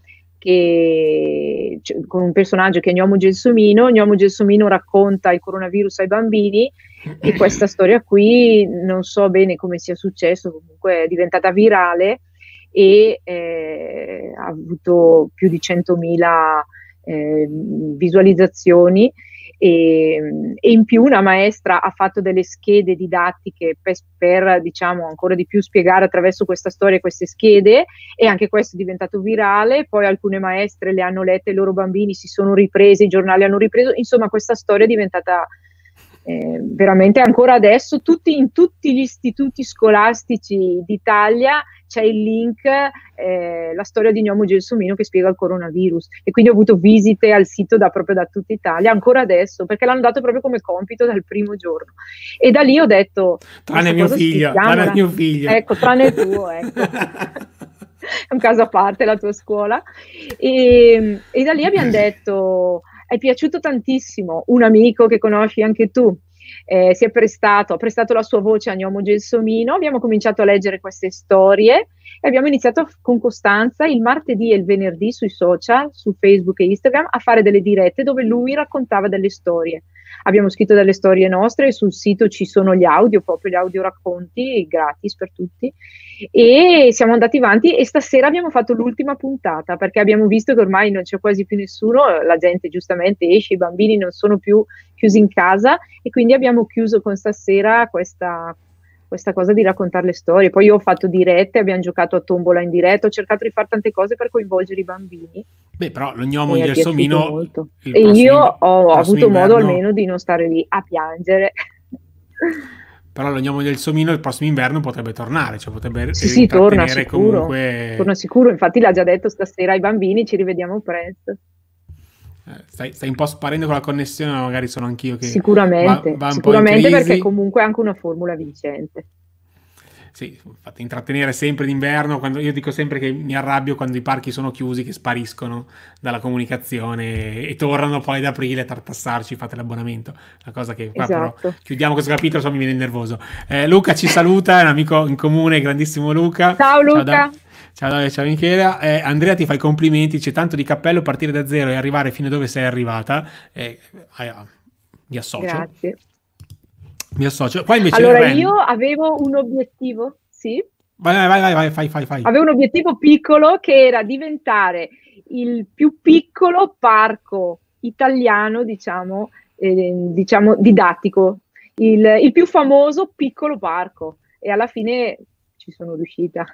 che, cioè, con un personaggio che è Gnomo Gelsomino. Gnomo Gelsomino racconta il coronavirus ai bambini, e questa storia qui non so bene come sia successo, comunque è diventata virale, e eh, ha avuto più di centomila eh, visualizzazioni, e, e in più una maestra ha fatto delle schede didattiche per, per diciamo ancora di più spiegare attraverso questa storia queste schede, e anche questo è diventato virale. Poi alcune maestre le hanno lette, i loro bambini si sono ripresi, i giornali hanno ripreso, insomma questa storia è diventata Eh, veramente, ancora adesso tutti, in tutti gli istituti scolastici d'Italia c'è il link, eh, la storia di Gnomo Gelsomino che spiega il coronavirus, e quindi ho avuto visite al sito da, proprio da tutta Italia ancora adesso, perché l'hanno dato proprio come compito dal primo giorno, e da lì ho detto tranne mio figlio, tranne mio figlio, ecco, tranne il tuo, ecco. È un caso a parte la tua scuola, e, e da lì abbiamo detto è piaciuto tantissimo. Un amico che conosci anche tu eh, si è prestato, ha prestato la sua voce a Gnomo Gelsomino, abbiamo cominciato a leggere queste storie e abbiamo iniziato con costanza il martedì e il venerdì sui social, su Facebook e Instagram, a fare delle dirette dove lui raccontava delle storie. Abbiamo scritto delle storie nostre e sul sito ci sono gli audio, proprio gli audio racconti gratis per tutti, e siamo andati avanti e stasera abbiamo fatto l'ultima puntata perché abbiamo visto che ormai non c'è quasi più nessuno, la gente giustamente esce, i bambini non sono più chiusi in casa e quindi abbiamo chiuso con stasera questa, questa cosa di raccontare le storie. Poi io ho fatto dirette, abbiamo giocato a tombola in diretta, ho cercato di fare tante cose per coinvolgere i bambini. Beh, però lo Gnomo E è Gelsomino piaciuto molto. il E prossimo io inv- ho prossimo avuto modo inverno- almeno di non stare lì a piangere. Però lo Gnomo Gelsomino il prossimo inverno potrebbe tornare, cioè potrebbe Sì, sì, torna intrattenere sicuro. comunque. Torna sicuro, infatti l'ha già detto stasera ai bambini, ci rivediamo presto. Eh, Stai, stai un po' sparendo con la connessione, ma magari sono anch'io che Sicuramente, va, va un sicuramente po' in perché crisi. comunque è anche una formula vincente. Sì, infatti intrattenere sempre d'inverno, quando io dico sempre che mi arrabbio quando i parchi sono chiusi, che spariscono dalla comunicazione e tornano poi ad aprile a tartassarci, fate l'abbonamento. Una cosa che qua però Esatto. chiudiamo questo capitolo, so mi viene nervoso. Eh, Luca ci saluta, è un amico in comune, grandissimo Luca. Ciao Luca! Da- ciao Davide, ciao Michela. Eh, Andrea ti fa i complimenti, c'è tanto di cappello partire da zero e arrivare fino a dove sei arrivata. Eh, eh, mi associo. Grazie. Mi associo. Qua invece Allora, Ren- io avevo un obiettivo, sì, Vai, vai, vai, vai, fai, fai, fai. avevo un obiettivo piccolo che era diventare il più piccolo parco italiano, diciamo, eh, diciamo didattico, il, il più famoso piccolo parco e alla fine ci sono riuscita.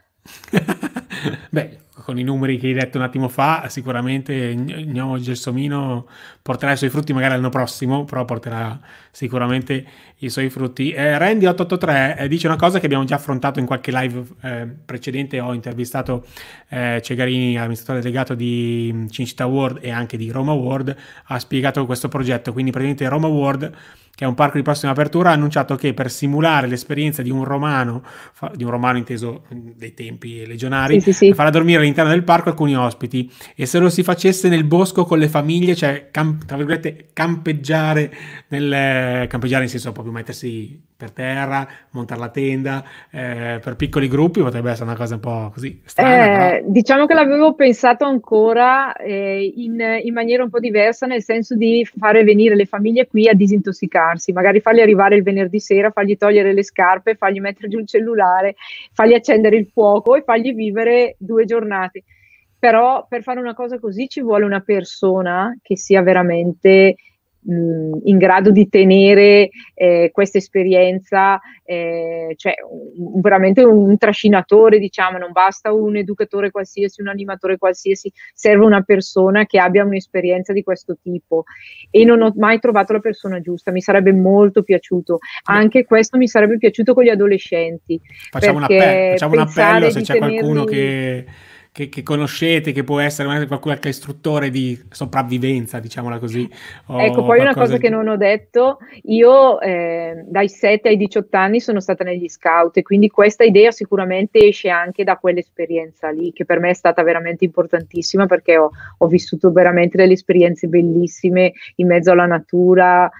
Beh, con i numeri che hai detto un attimo fa, sicuramente Gnomo Gelsomino porterà i suoi frutti magari l'anno prossimo, però porterà sicuramente i suoi frutti. Eh, Randy otto otto tre eh, dice una cosa che abbiamo già affrontato in qualche live eh, precedente. Ho intervistato eh, Cegarini, amministratore delegato di Cinecittà World e anche di Roma World, ha spiegato questo progetto. Quindi praticamente Roma World, che è un parco di prossima apertura, ha annunciato che per simulare l'esperienza di un romano, fa, di un romano inteso dei tempi legionari, Sì, sì, sì. farà dormire all'interno del parco alcuni ospiti, e se lo si facesse nel bosco con le famiglie, cioè camp- tra virgolette campeggiare, nel, campeggiare in senso proprio mettersi per terra, montare la tenda, eh, per piccoli gruppi potrebbe essere una cosa un po' così strana, Eh, però diciamo che l'avevo pensato ancora eh, in, in maniera un po' diversa, nel senso di fare venire le famiglie qui a disintossicarsi, magari farli arrivare il venerdì sera, fargli togliere le scarpe, fargli mettere giù il cellulare, fargli accendere il fuoco e fargli vivere due giornate. Però per fare una cosa così ci vuole una persona che sia veramente mh, in grado di tenere eh, questa esperienza, eh, cioè un, veramente un trascinatore, diciamo, non basta un educatore qualsiasi, un animatore qualsiasi, serve una persona che abbia un'esperienza di questo tipo e non ho mai trovato la persona giusta. Mi sarebbe molto piaciuto, anche questo mi sarebbe piaciuto con gli adolescenti, facciamo un perché appello, facciamo un pensare appello se di c'è qualcuno tenerli- che, che, che conoscete, che può essere magari qualche istruttore di sopravvivenza, diciamola così. o Ecco, poi una qualcosa cosa che di- non ho detto, io eh, dai sette ai diciotto anni sono stata negli scout e quindi questa idea sicuramente esce anche da quell'esperienza lì, che per me è stata veramente importantissima perché ho, ho vissuto veramente delle esperienze bellissime in mezzo alla natura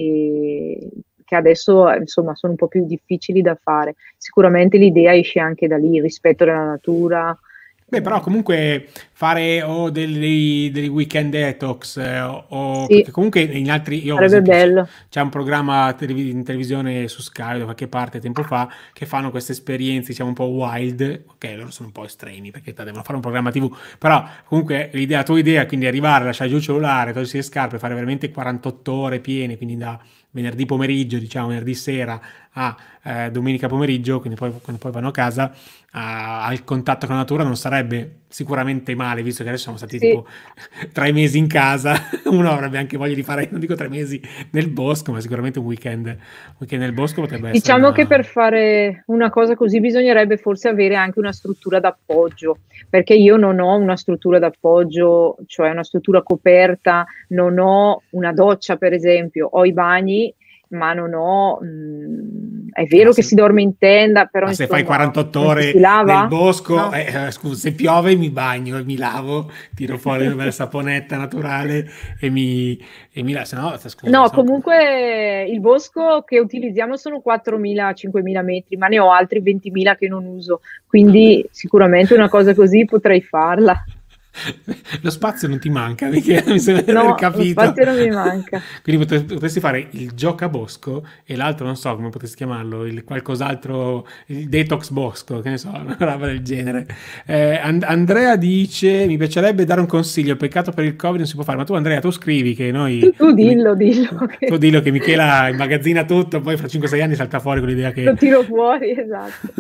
e che adesso insomma sono un po' più difficili da fare. Sicuramente l'idea esce anche da lì, il rispetto della natura. Beh, però comunque fare o dei, dei weekend detox eh, o, o- Sì, perché comunque in altri, io ad sarebbe esempio c'è, bello. c'è un programma televi- in televisione su Sky da qualche parte tempo fa che fanno queste esperienze diciamo un po' wild, ok, loro sono un po' estremi perché devono fare un programma tivù, però comunque l'idea, la tua idea, quindi arrivare, lasciare giù il cellulare, togliersi le scarpe, fare veramente quarantotto ore piene, quindi da venerdì pomeriggio, diciamo venerdì sera a eh, domenica pomeriggio, quindi poi quando poi vanno a casa a- al contatto con la natura, non sarebbe sicuramente male, visto che adesso siamo stati Sì. tipo tre mesi in casa, uno avrebbe anche voglia di fare, non dico tre mesi nel bosco, ma sicuramente un weekend, un weekend nel bosco potrebbe essere Diciamo una... che per fare una cosa così bisognerebbe forse avere anche una struttura d'appoggio, perché io non ho una struttura d'appoggio, cioè una struttura coperta, non ho una doccia per esempio, ho i bagni, ma non ho mh, è vero Ah, che se, si dorme in tenda, però ma se fai insomma, quarantotto non ci ore si nel lava? bosco, No? eh, eh, scusa, se piove mi bagno e mi lavo, tiro fuori una bella saponetta naturale e mi, e mi la- se no, scusa, No, se no- comunque il bosco che utilizziamo sono quattromila-cinquemila metri, ma ne ho altri ventimila che non uso, quindi sicuramente una cosa così potrei farla. lo spazio non ti manca, Michele, mi sembra di aver No, lo capito. spazio non mi manca. Quindi potre- potresti fare il giocabosco e l'altro, non so come potresti chiamarlo, il qualcos'altro, il detox bosco, che ne so, una roba del genere. Eh, And- Andrea dice, mi piacerebbe dare un consiglio, peccato per il Covid non si può fare, ma tu Andrea, tu scrivi che Tu, noi... tu che mi- dillo, dillo, tu che dillo che Michela immagazzina tutto, poi fra cinque sei anni salta fuori con l'idea che... lo tiro fuori, esatto.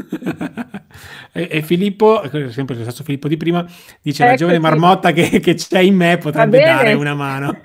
e, e Filippo, sempre lo stesso Filippo di prima, dice la giovane Eccoci, marmotta che, che c'è in me va potrebbe dare bene. una mano.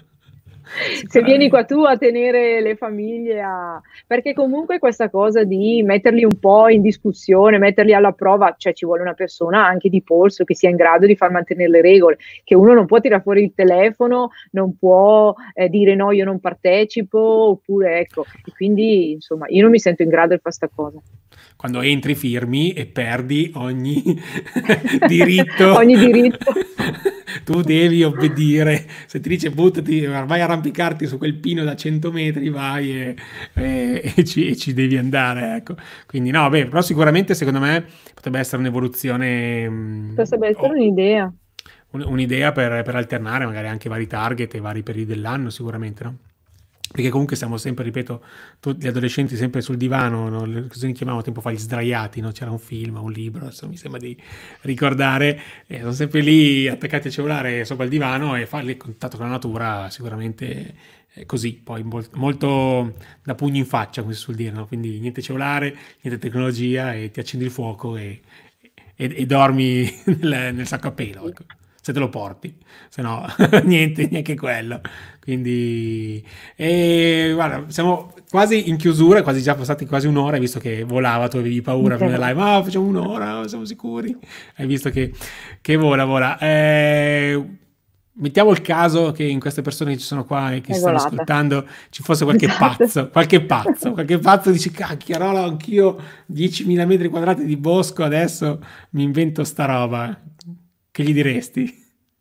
Se vieni qua Sicuramente. tu a tenere le famiglie a... Perché comunque questa cosa di metterli un po' in discussione, metterli alla prova, cioè ci vuole una persona anche di polso che sia in grado di far mantenere le regole, che uno non può tirare fuori il telefono, non può eh, dire no, io non partecipo, oppure ecco, e quindi insomma io non mi sento in grado di fare sta cosa. Quando entri firmi e perdi ogni diritto, Ogni diritto. tu devi obbedire. Se ti dice buttati, vai a arrampicarti su quel pino da cento metri, vai e, e- e ci, e ci devi andare, ecco. Quindi no, beh, però sicuramente secondo me potrebbe essere un'evoluzione, mh, Potrebbe essere o un'idea. un- un'idea per, per alternare magari anche vari target e vari periodi dell'anno, sicuramente, no? Perché comunque siamo sempre, ripeto, tutti gli adolescenti sempre sul divano, no? Le- Cosa ne chiamavamo tempo fa? Gli sdraiati, no? C'era un film, un libro, adesso mi sembra di ricordare, e sono sempre lì attaccati al cellulare sopra il divano e farli il contatto con la natura sicuramente è così, poi mol- molto da pugno in faccia, come si suol dire, no? Quindi niente cellulare, niente tecnologia e ti accendi il fuoco e, e- e dormi nel, nel sacco a pelo, ecco. Se te lo porti, se no niente, neanche quello. Quindi, e, guarda, siamo quasi in chiusura, quasi già passati quasi un'ora, hai visto che volava, tu avevi paura prima della live, ma facciamo un'ora, siamo sicuri? Hai visto che, che vola, vola. Eh, mettiamo il caso che in queste persone che ci sono qua e che È ci stanno volata. ascoltando ci fosse qualche Esatto. pazzo, qualche pazzo, qualche pazzo dice, cacchiarola, anch'io diecimila metri quadrati di bosco, adesso mi invento sta roba. Che gli diresti?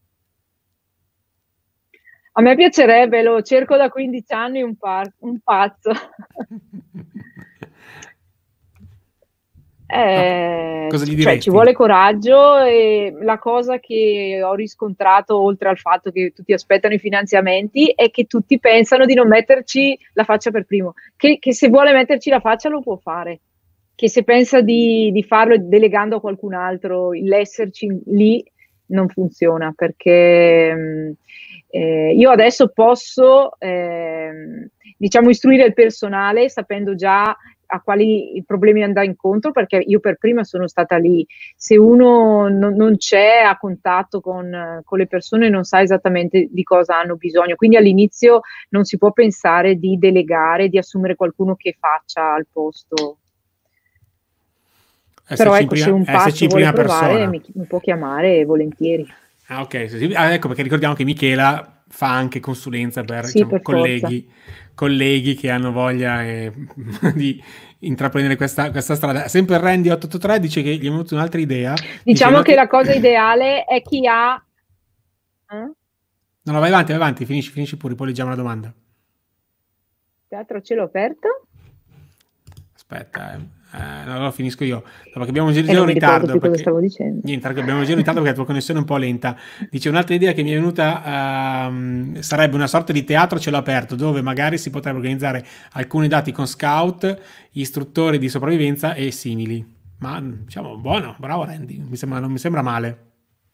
A me piacerebbe, lo cerco da quindici anni un, par- un pazzo. No, Eh, cosa gli cioè, ci vuole diresti? coraggio e la cosa che ho riscontrato, oltre al fatto che tutti aspettano i finanziamenti, è che tutti pensano di non metterci la faccia per primo, che, che se vuole metterci la faccia lo può fare, che se pensa di, di farlo delegando a qualcun altro, l'esserci lì non funziona, perché mh, eh, io adesso posso, ehm, diciamo, istruire il personale sapendo già a quali problemi andare incontro, perché io per prima sono stata lì. Se uno non, non c'è a contatto con, con le persone non sa esattamente di cosa hanno bisogno, quindi all'inizio non si può pensare di delegare, di assumere qualcuno che faccia al posto. Però Esserci in ecco, se prima, un esserci pazzo in vuole prima provare persona. mi, mi può chiamare volentieri. Ah, ok. Sì, sì. Ah, ecco perché ricordiamo che Michela fa anche consulenza per, Sì, diciamo, per forza. colleghi, colleghi che hanno voglia eh, di intraprendere questa, questa strada. Sempre Randy otto otto tre dice che gli è venuta un'altra idea. Dice Diciamo che un'altra... la cosa ideale è chi ha... eh? No, no, vai avanti, vai avanti, finisci, finisci pure, poi leggiamo la domanda. Teatro a cielo aperto? Aspetta, eh. Eh, no, allora finisco io. No, perché abbiamo un giro E giro non in mi ricordo ritardo. più cosa Perché stavo dicendo. niente, perché abbiamo un giro in ritardo perché la tua connessione è un po' lenta. Dice un'altra idea che mi è venuta ehm, sarebbe una sorta di teatro a cielo aperto dove magari si potrebbe organizzare alcuni dati con scout, istruttori di sopravvivenza e simili. Ma diciamo, buono, bravo Randy, mi sembra, non mi sembra male.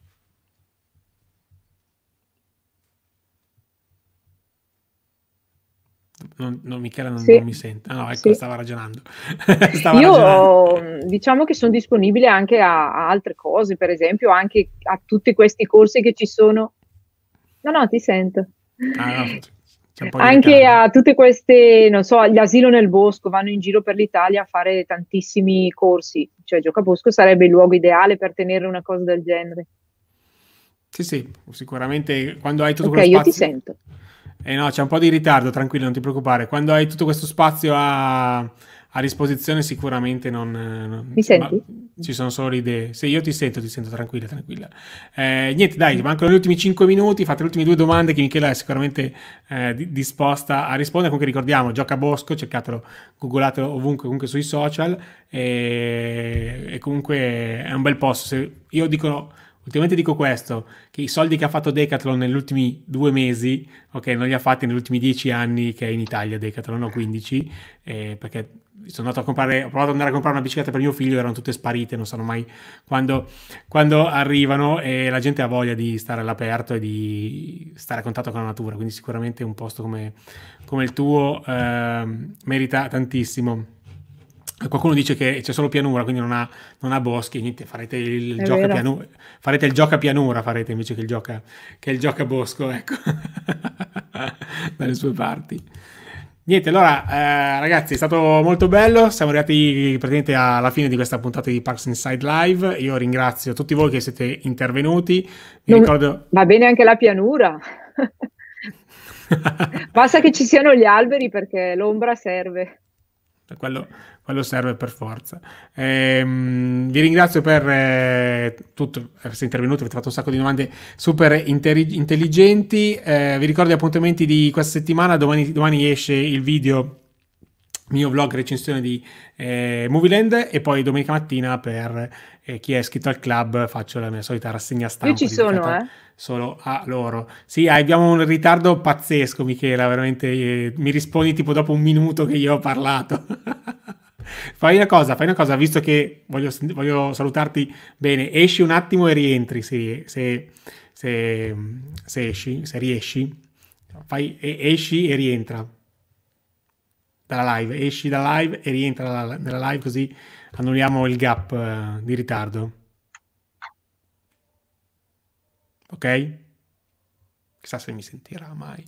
Non, non, Michela non, non Sì, mi sente. Ah, no, ecco, sì. stava ragionando. Stava ragionando. Io diciamo che sono disponibile anche a, a altre cose, per esempio anche a tutti questi corsi che ci sono. No, no, ti sento. Ah, no, c'è un po' di Anche ritardo. a tutte queste, non so, l'asilo nel bosco, vanno in giro per l'Italia a fare tantissimi corsi, cioè Giocabosco sarebbe il luogo ideale per tenere una cosa del genere. Sì, sì, sicuramente quando hai tutto Ok, quello io ti spazio... sento. Eh no, c'è un po' di ritardo, tranquillo, non ti preoccupare. Quando hai tutto questo spazio a, a disposizione sicuramente non, non Mi senti? ci sono solo le idee. Sì, io ti sento, ti sento, tranquilla, tranquilla. Eh, niente, dai, mancano gli ultimi cinque minuti, fate le ultime due domande che Michela è sicuramente eh, disposta a rispondere. Comunque ricordiamo, Gioca Bosco, cercatelo, googlatelo ovunque, comunque sui social, e, e comunque è un bel posto. Se, io dico... Ultimamente dico questo, che i soldi che ha fatto Decathlon negli ultimi due mesi, ok, non li ha fatti negli ultimi dieci anni che è in Italia Decathlon, o quindici, eh, perché sono andato a comprare, ho provato ad andare a comprare una bicicletta per mio figlio, erano tutte sparite, non sanno mai quando, quando arrivano, e la gente ha voglia di stare all'aperto e di stare a contatto con la natura, quindi sicuramente un posto come, come il tuo eh, merita tantissimo. Qualcuno dice che c'è solo pianura, quindi non ha, non ha boschi, niente, farete il, gioca pianura, farete il gioca pianura, farete invece che il gioca, che il gioca bosco, ecco, dalle sue parti. Niente, allora eh, ragazzi, è stato molto bello, siamo arrivati praticamente alla fine di questa puntata di Parks Inside Live. Io ringrazio tutti voi che siete intervenuti. Mi non, ricordo... Va bene anche la pianura. Basta che ci siano gli alberi, perché l'ombra serve. Quello, quello serve per forza. Ehm, vi ringrazio per eh, tutto, per essere intervenuti, avete fatto un sacco di domande super intelli- intelligenti. Eh, vi ricordo gli appuntamenti di questa settimana. Domani, domani esce il video, mio vlog recensione di eh, Movieland, e poi domenica mattina per eh, chi è iscritto al club faccio la mia solita rassegna stampa. Io ci sono, eh. Solo a loro. Sì, abbiamo un ritardo pazzesco, Michela, veramente eh, mi rispondi tipo dopo un minuto che io ho parlato. Fai una cosa, fai una cosa, visto che voglio, voglio salutarti bene, esci un attimo e rientri, se, se, se, se esci, se riesci, fai, esci e rientra dalla live, esci dalla live e rientra nella live, così annulliamo il gap uh, di ritardo. Ok? Chissà se mi sentirà mai.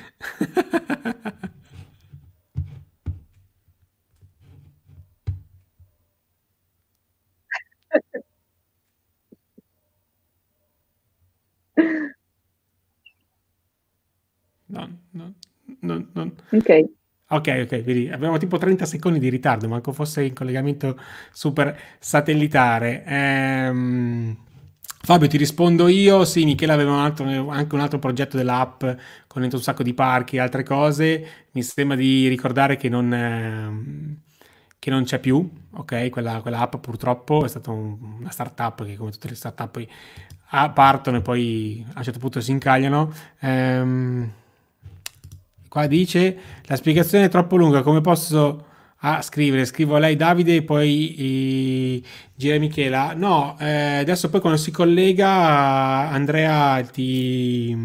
No, no, no, no. Ok. Ok, ok, vedi, abbiamo tipo trenta secondi di ritardo, manco fosse in collegamento super satellitare. Ehm, Fabio, ti rispondo io. Sì, Michele aveva un altro, anche un altro progetto dell'app con dentro un sacco di parchi e altre cose. Mi sembra di ricordare che non, ehm, che non c'è più, ok? Quella, quella app purtroppo è stata un, una startup che, come tutte le startup, poi ah, partono e poi a un certo punto si incagliano. Ehm, Qua dice la spiegazione è troppo lunga, come posso ah, scrivere? Scrivo a lei Davide e poi eh, gira Michela. No, eh, adesso poi quando si collega Andrea ti,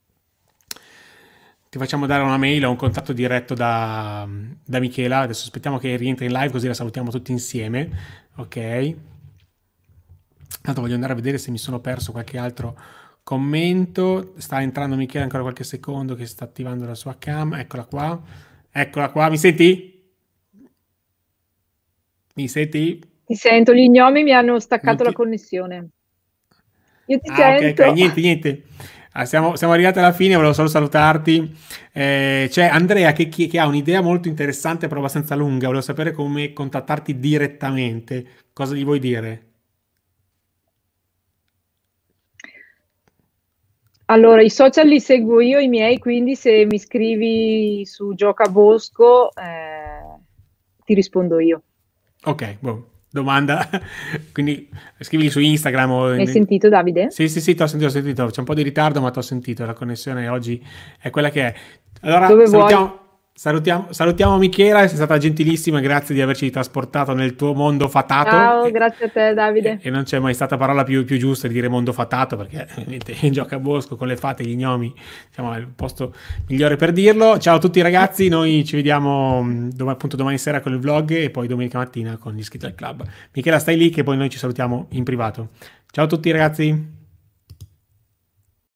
ti facciamo dare una mail o un contatto diretto da, da Michela. Adesso aspettiamo che rientri in live così la salutiamo tutti insieme. Ok. Tanto voglio andare a vedere se mi sono perso qualche altro commento. Sta entrando Michele, ancora qualche secondo che sta attivando la sua cam. Eccola qua, eccola qua. Mi senti? Mi senti? Ti sento, gli gnomi mi hanno staccato ti... la connessione. Io ti ah, sento. Ok, ok, niente, niente. Ah, siamo, siamo arrivati alla fine, volevo solo salutarti. Eh, c'è Andrea che, che ha un'idea molto interessante, però abbastanza lunga. Volevo sapere come contattarti direttamente. Cosa gli vuoi dire? Allora, i social li seguo io, i miei, quindi se mi scrivi su Gioca Bosco eh, ti rispondo io. Ok, boh, domanda. Quindi scrivili su Instagram. O... Mi hai sentito, Davide? Sì, sì, sì, ti ho sentito, ho sentito. C'è un po' di ritardo, ma ti ho sentito. La connessione oggi è quella che è. Allora, Dove salutiamo... vuoi? Salutiamo, salutiamo Michela, sei stata gentilissima, grazie di averci trasportato nel tuo mondo fatato. Ciao, e, grazie a te Davide. E, e non c'è mai stata parola più, più giusta di dire mondo fatato, perché ovviamente Gioca a Bosco con le fate e gli gnomi, diciamo, è il posto migliore per dirlo. Ciao a tutti ragazzi, noi ci vediamo dom- appunto domani sera con il vlog e poi domenica mattina con gli iscritti al club. Michela, stai lì che poi noi ci salutiamo in privato. Ciao a tutti ragazzi.